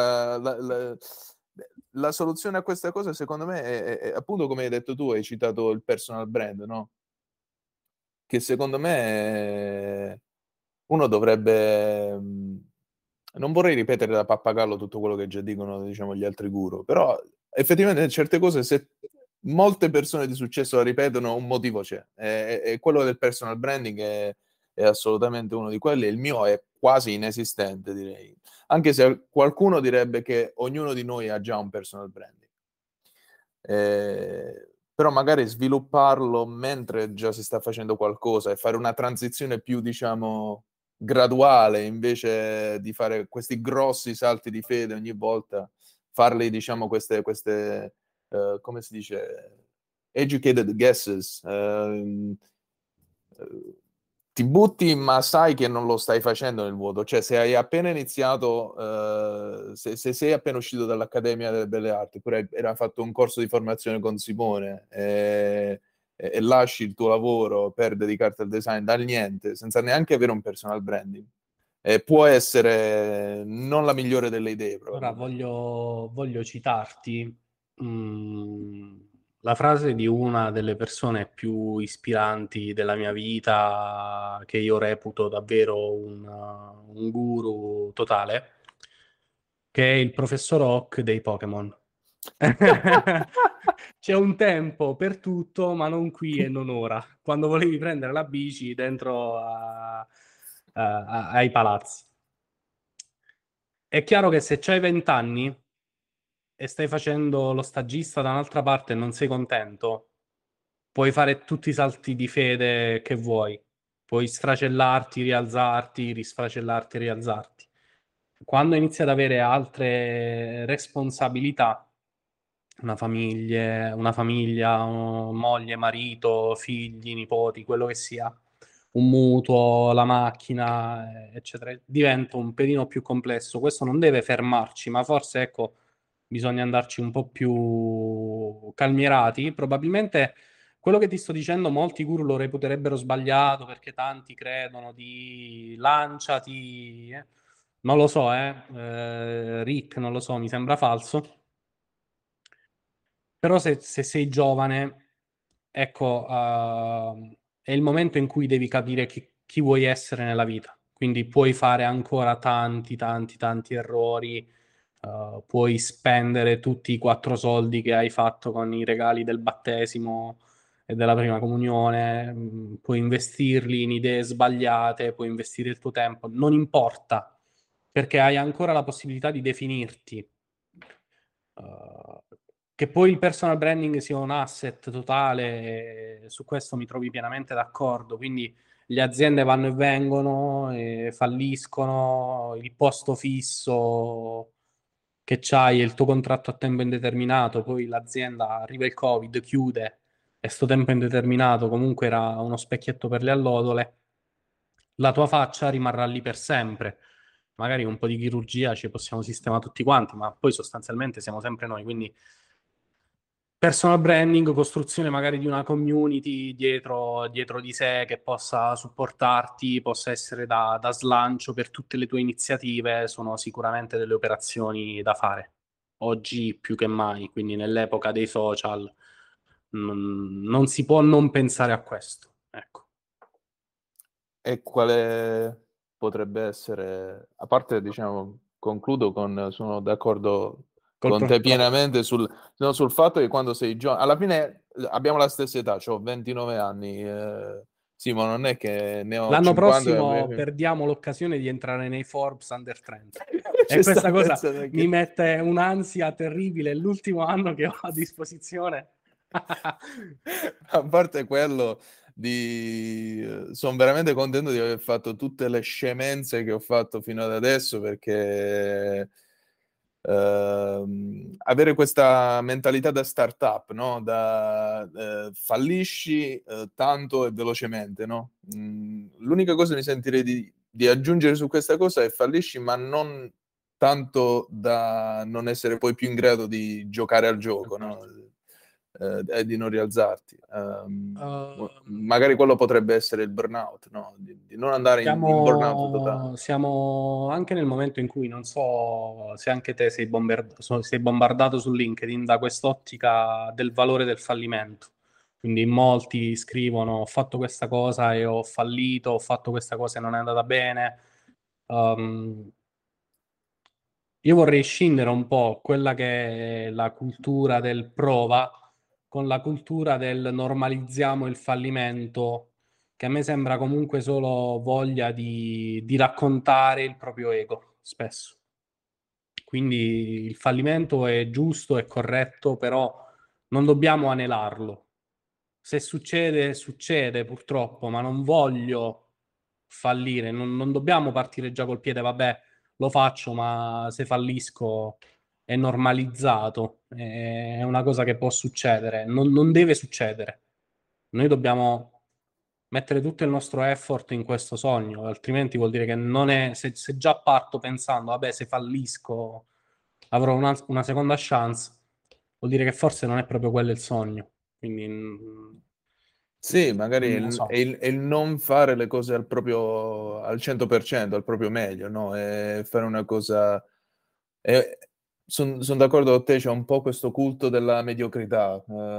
La soluzione a questa cosa, secondo me, è appunto come hai detto tu, hai citato il personal brand, no? Che secondo me uno dovrebbe, non vorrei ripetere da pappagallo tutto quello che già dicono, diciamo, gli altri guru, però effettivamente certe cose, se molte persone di successo la ripetono, un motivo c'è. E quello del personal branding è assolutamente uno di quelli, e il mio è quasi inesistente, direi. Anche se qualcuno direbbe che ognuno di noi ha già un personal branding. Però magari svilupparlo mentre già si sta facendo qualcosa e fare una transizione più, diciamo, graduale, invece di fare questi grossi salti di fede ogni volta, farli, diciamo, come si dice, educated guesses. Ti butti, ma sai che non lo stai facendo nel vuoto. Cioè, se hai appena iniziato, se sei appena uscito dall'Accademia delle Belle Arti, oppure hai fatto un corso di formazione con Simone, e lasci il tuo lavoro per dedicarti al design dal niente, senza neanche avere un personal branding, può essere non la migliore delle idee, Ora probabilmente. voglio citarti mh, la frase di una delle persone più ispiranti della mia vita, che io reputo davvero un guru totale, che è il professor Oak dei Pokémon. C'è un tempo per tutto, ma non qui e non ora. Quando volevi prendere la bici dentro ai palazzi. È chiaro che se c'hai 20 anni e stai facendo lo stagista da un'altra parte e non sei contento, puoi fare tutti i salti di fede che vuoi. Puoi sfracellarti, rialzarti, risfracellarti, rialzarti. Quando inizi ad avere altre responsabilità, una famiglia, moglie, marito, figli, nipoti, quello che sia, un mutuo, la macchina, eccetera, diventa un pelino più complesso. Questo non deve fermarci, ma forse, ecco, bisogna andarci un po' più calmierati. Probabilmente quello che ti sto dicendo, molti guru lo reputerebbero sbagliato perché tanti credono di lanciati. Non lo so, Rick, non lo so, mi sembra falso. Però se sei giovane, ecco, è il momento in cui devi capire chi vuoi essere nella vita. Quindi puoi fare ancora tanti, tanti, tanti errori, puoi spendere tutti i 4 soldi che hai fatto con i regali del battesimo e della prima comunione, puoi investirli in idee sbagliate, puoi investire il tuo tempo, non importa, perché hai ancora la possibilità di definirti. Che poi il personal branding sia un asset totale, su questo mi trovi pienamente d'accordo. Quindi le aziende vanno e vengono, e falliscono, il posto fisso che c'hai è il tuo contratto a tempo indeterminato, poi l'azienda arriva il Covid, chiude e sto tempo indeterminato comunque era uno specchietto per le allodole, la tua faccia rimarrà lì per sempre. Magari un po' di chirurgia ci possiamo sistemare tutti quanti, ma poi sostanzialmente siamo sempre noi. Quindi personal branding, costruzione magari di una community dietro di sé che possa supportarti, possa essere da slancio per tutte le tue iniziative, sono sicuramente delle operazioni da fare. Oggi più che mai, quindi nell'epoca dei social, non si può non pensare a questo. Ecco. E quale potrebbe essere, a parte, diciamo, concludo sono d'accordo Col con te professor Oak. pienamente no, sul fatto che quando sei giovane, alla fine abbiamo la stessa età, ho 29 anni, Simo, non è che ne ho L'anno 50 prossimo perdiamo l'occasione di entrare nei Forbes Under 30. E ci sta questa cosa pensando mi anche. mette un'ansia terribile. È l'ultimo anno che ho a disposizione. A parte quello, sono veramente contento di aver fatto tutte le scemenze che ho fatto fino ad adesso, perché avere questa mentalità da startup, no? Fallisci tanto e velocemente, no? L'unica cosa che mi sentirei di di aggiungere su questa cosa e fallisci, ma non tanto da non essere poi più in grado di giocare al gioco, no? Esatto. E di non rialzarti. Ehm, Magari quello potrebbe essere il burnout, no? Di non andare in burnout totale. siamo anche nel momento in cui non so se anche te sei bombardato su LinkedIn da quest'ottica del valore del fallimento. Quindi in molti scrivono: ho fatto questa cosa e ho fallito, ho fatto questa cosa e non è andata bene. Um, io vorrei scindere un po' quella che è la cultura del prova con la cultura del normalizziamo il fallimento, che a me sembra comunque solo voglia di raccontare il proprio ego, spesso. Quindi il fallimento è giusto, è corretto, però non dobbiamo anelarlo. Se succede, succede purtroppo, ma non voglio fallire, non dobbiamo partire già col piede, vabbè, lo faccio, ma se fallisco è normalizzato, è una cosa che può succedere, non deve succedere. Noi dobbiamo mettere tutto il nostro effort in questo sogno, altrimenti vuol dire che non è, se già parto pensando, vabbè, se fallisco avrò una seconda chance, vuol dire che forse non è proprio quello il sogno. Quindi Sì, magari non lo so. è il non fare le cose al 100%, al proprio meglio, no? È fare una cosa... Sono d'accordo con te, c'è un po' questo culto della mediocrità.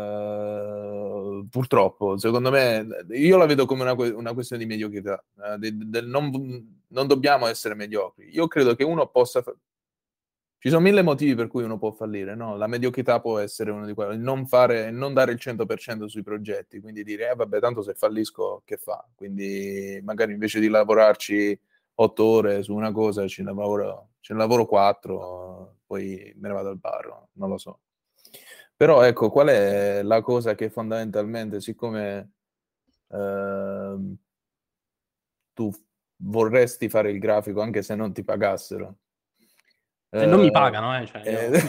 Purtroppo, secondo me, io la vedo come una questione di mediocrità, del non dobbiamo essere mediocri. Io credo che uno possa... Ci sono mille motivi per cui uno può fallire, no? La mediocrità può essere uno di quelli, il non fare, non dare il 100% sui progetti, quindi dire, vabbè, tanto se fallisco, che fa? Quindi magari invece di lavorarci 8 ore su una cosa, ce ne lavoro 4, poi me ne vado al bar, non lo so. Però ecco, qual è la cosa che fondamentalmente, siccome ehm, tu vorresti fare il grafico anche se non ti pagassero, E non mi eh, pagano, cioè eh, io...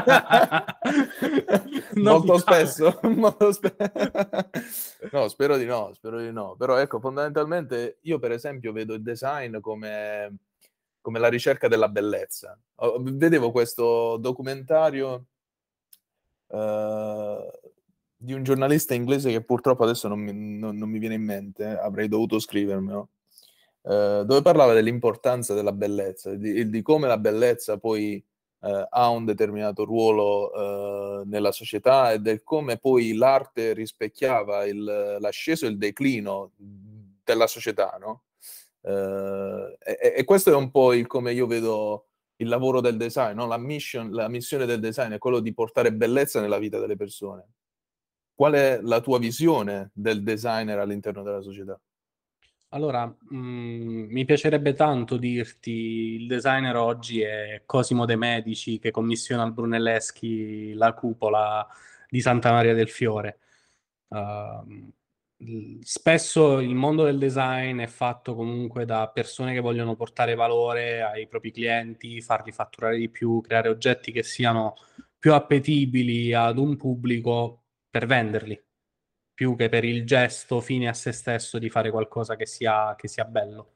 Non mi molto pagano. spesso, no, spero di no. Però ecco, fondamentalmente io per esempio vedo il design come la ricerca della bellezza. Vedevo questo documentario eh, di un giornalista inglese che purtroppo adesso non mi viene in mente, avrei dovuto scrivermelo, dove parlava dell'importanza della bellezza, di come la bellezza poi ha un determinato ruolo nella società e del come poi l'arte rispecchiava l'asceso e il declino della società, no? E questo è un po' il come io vedo il lavoro del design, no? La missione del design è quello di portare bellezza nella vita delle persone. Qual è la tua visione del designer all'interno della società? Allora, mi piacerebbe tanto dirti il designer oggi è Cosimo De Medici che commissiona al Brunelleschi la cupola di Santa Maria del Fiore. Spesso il mondo del design è fatto comunque da persone che vogliono portare valore ai propri clienti, farli fatturare di più, creare oggetti che siano più appetibili ad un pubblico per venderli più che per il gesto fine a se stesso di fare qualcosa che sia bello.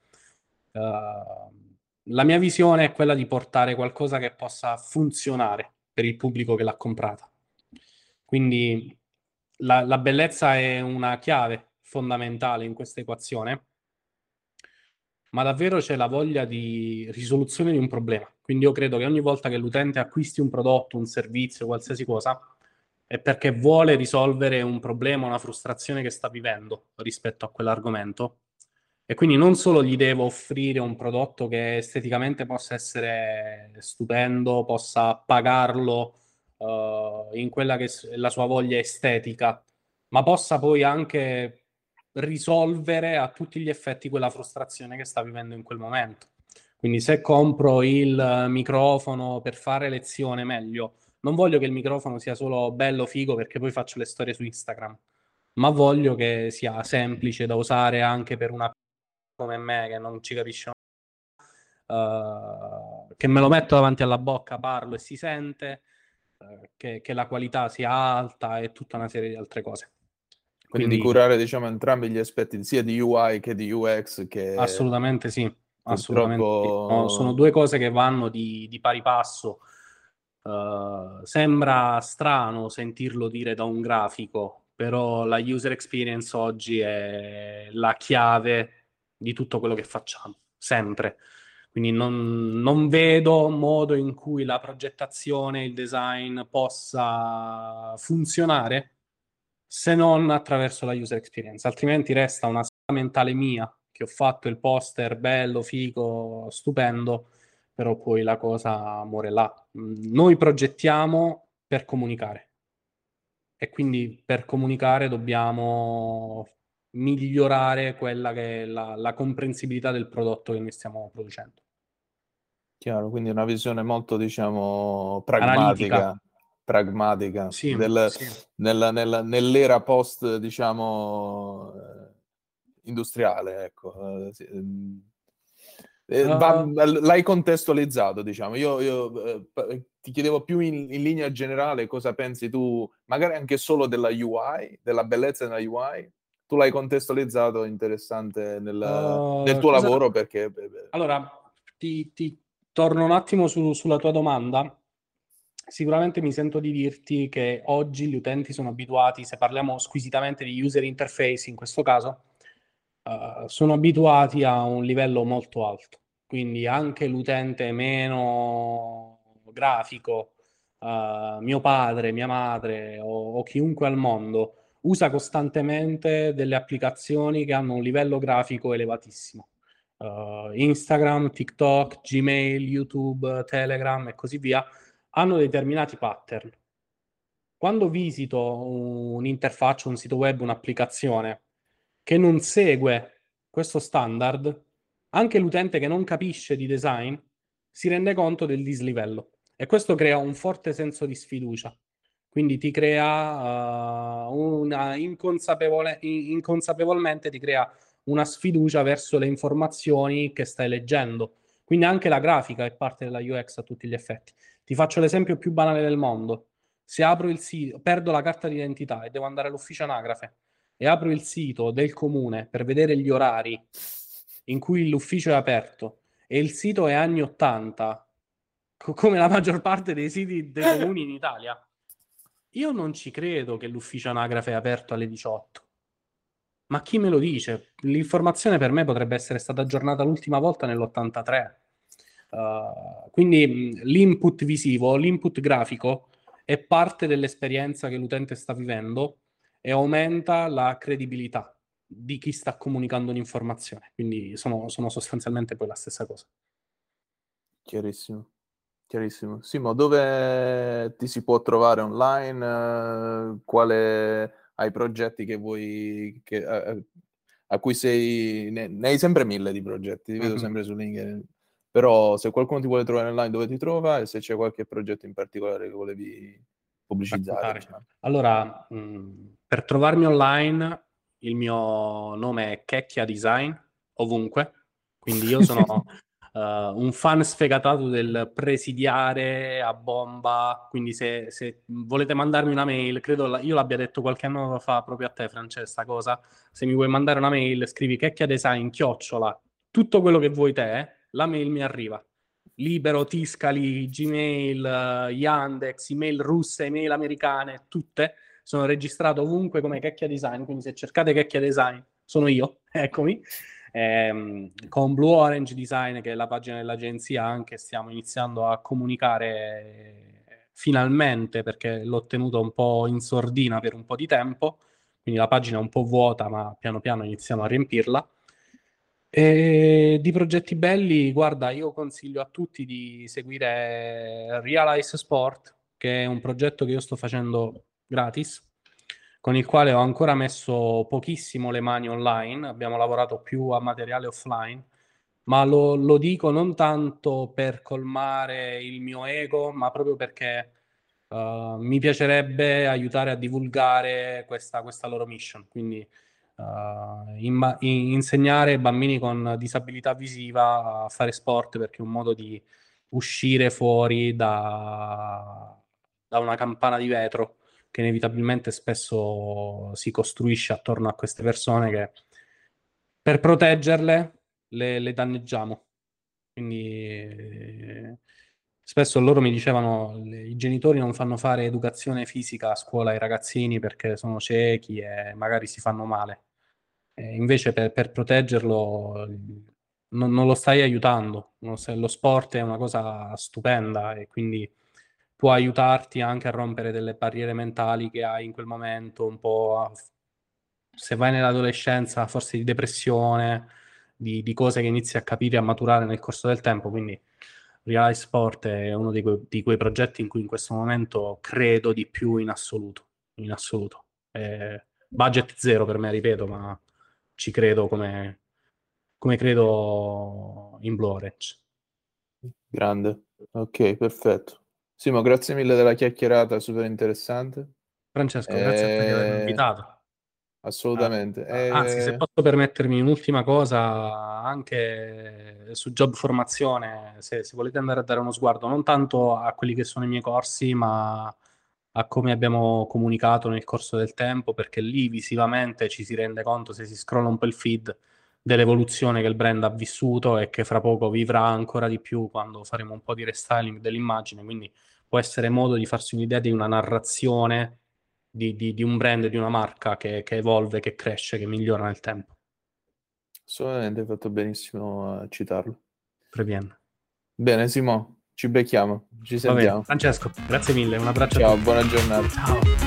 La mia visione è quella di portare qualcosa che possa funzionare per il pubblico che l'ha comprata. Quindi la bellezza è una chiave fondamentale in questa equazione, ma davvero c'è la voglia di risoluzione di un problema. Quindi io credo che ogni volta che l'utente acquisti un prodotto, un servizio, qualsiasi cosa, è perché vuole risolvere un problema, una frustrazione che sta vivendo rispetto a quell'argomento. E quindi non solo gli devo offrire un prodotto che esteticamente possa essere stupendo, possa pagarlo in quella che è la sua voglia estetica, ma possa poi anche risolvere a tutti gli effetti quella frustrazione che sta vivendo in quel momento. Quindi se compro il microfono per fare lezione meglio, non voglio che il microfono sia solo bello, figo, perché poi faccio le storie su Instagram, ma voglio che sia semplice da usare anche per una come me che non ci capisce, che me lo metto davanti alla bocca, parlo e si sente, che la qualità sia alta e tutta una serie di altre cose. Quindi di Quindi curare, diciamo, entrambi gli aspetti, sia di UI che di UX, che assolutamente sì. assolutamente sì. Sono Purtroppo, due cose che vanno di pari passo. Sembra strano sentirlo dire da un grafico, però la user experience oggi è la chiave di tutto quello che facciamo, sempre. Quindi non vedo modo in cui la progettazione, il design possa funzionare se non attraverso la user experience, altrimenti resta una sala mentale mia che ho fatto il poster bello, figo, stupendo, però poi la cosa muore là. Noi progettiamo per comunicare e quindi per comunicare dobbiamo migliorare quella che è la comprensibilità del prodotto che noi stiamo producendo. chiaro, quindi una visione molto, diciamo, Analitica, pragmatica sì, sì. nell'era post, diciamo, industriale, ecco. Sì, Uh, l'hai contestualizzato, diciamo. Ti chiedevo più in linea generale cosa pensi tu, magari anche solo della UI, della bellezza della UI. Tu l'hai contestualizzato interessante nel tuo cosa... lavoro perché Allora, ti torno un attimo sulla tua domanda. Sicuramente mi sento di dirti che oggi gli utenti sono abituati, se parliamo squisitamente di user interface in questo caso, sono abituati a un livello molto alto. Quindi anche l'utente meno grafico, mio padre, mia madre o chiunque al mondo, usa costantemente delle applicazioni che hanno un livello grafico elevatissimo. Instagram, TikTok, Gmail, YouTube, Telegram e così via, hanno determinati pattern. Quando visito un'interfaccia, un sito web, un'applicazione che non segue questo standard, anche l'utente che non capisce di design si rende conto del dislivello e questo crea un forte senso di sfiducia. Quindi ti crea inconsapevolmente ti crea una sfiducia verso le informazioni che stai leggendo. Quindi anche la grafica è parte della UX a tutti gli effetti. Ti faccio l'esempio più banale del mondo. Se apro il sito, perdo la carta d'identità e devo andare all'ufficio anagrafe e apro il sito del comune per vedere gli orari in cui l'ufficio è aperto e il sito è anni 80, come la maggior parte dei siti dei comuni in Italia, io non ci credo che l'ufficio anagrafe è aperto alle 18. Ma chi me lo dice? L'informazione per me potrebbe essere stata aggiornata l'ultima volta nell'83. Quindi l'input visivo, l'input grafico è parte dell'esperienza che l'utente sta vivendo e aumenta la credibilità di chi sta comunicando un'informazione. Quindi sono sostanzialmente poi la stessa cosa. chiarissimo, chiarissimo. Simo, dove ti si può trovare online? Quale hai progetti che vuoi a cui ne hai sempre mille di progetti, ti vedo Mhm. sempre su LinkedIn. Però se qualcuno ti vuole trovare online, dove ti trova e se c'è qualche progetto in particolare che volevi pubblicizzare, Raccontare. diciamo. Allora, per trovarmi online, il mio nome è Checchia Design, ovunque. Quindi io sono un fan sfegatato del presidiare a bomba. Quindi se volete mandarmi una mail, credo io l'abbia detto qualche anno fa proprio a te, Francesca, cosa? Se mi vuoi mandare una mail, scrivi Checchia Design, chiocciola, tutto quello che vuoi te, la mail mi arriva. Libero, Tiscali, Gmail, Yandex, email russe, email americane, tutte. Sono registrato ovunque come Checchia Design, quindi se cercate Checchia Design sono io, eccomi. Con Blue Orange Design, che è la pagina dell'agenzia, anche stiamo iniziando a comunicare finalmente, perché l'ho tenuto un po' in sordina per un po' di tempo, quindi la pagina è un po' vuota, ma piano piano iniziamo a riempirla. E di progetti belli, guarda, io consiglio a tutti di seguire Realize Sport, che è un progetto che io sto facendo gratis, con il quale ho ancora messo pochissimo le mani online, abbiamo lavorato più a materiale offline, ma lo dico non tanto per colmare il mio ego, ma proprio perché mi piacerebbe aiutare a divulgare questa loro mission. Quindi insegnare ai bambini con disabilità visiva a fare sport perché è un modo di uscire fuori da una campana di vetro che inevitabilmente spesso si costruisce attorno a queste persone che per proteggerle le danneggiamo. Quindi spesso loro mi dicevano i genitori non fanno fare educazione fisica a scuola ai ragazzini perché sono ciechi e magari si fanno male. Invece per proteggerlo non lo stai aiutando. Lo sport è una cosa stupenda e quindi può aiutarti anche a rompere delle barriere mentali che hai in quel momento, un po' se vai nell'adolescenza, forse di depressione, di cose che inizi a capire e a maturare nel corso del tempo. Quindi Real Sport è uno di quei progetti in cui in questo momento credo di più in assoluto. In assoluto. Budget zero per me, ripeto, ma ci credo come credo in Blue Orange. Grande. Ok, perfetto. Simo, grazie mille della chiacchierata, super interessante. Francesco, grazie a te di avermi invitato. Assolutamente. Anzi, se posso permettermi un'ultima cosa, anche su job formazione, se volete andare a dare uno sguardo, non tanto a quelli che sono i miei corsi, ma a come abbiamo comunicato nel corso del tempo, perché lì visivamente ci si rende conto, se si scrolla un po' il feed, dell'evoluzione che il brand ha vissuto e che fra poco vivrà ancora di più quando faremo un po' di restyling dell'immagine. Quindi può essere modo di farsi un'idea di una narrazione di un brand, di una marca che evolve, che cresce, che migliora nel tempo. Assolutamente, hai fatto benissimo a citarlo. Previene. Bene, Simo, ci becchiamo, ci Va bene, sentiamo. Francesco, grazie mille, un abbraccio a Ciao, tutti. buona giornata. Ciao.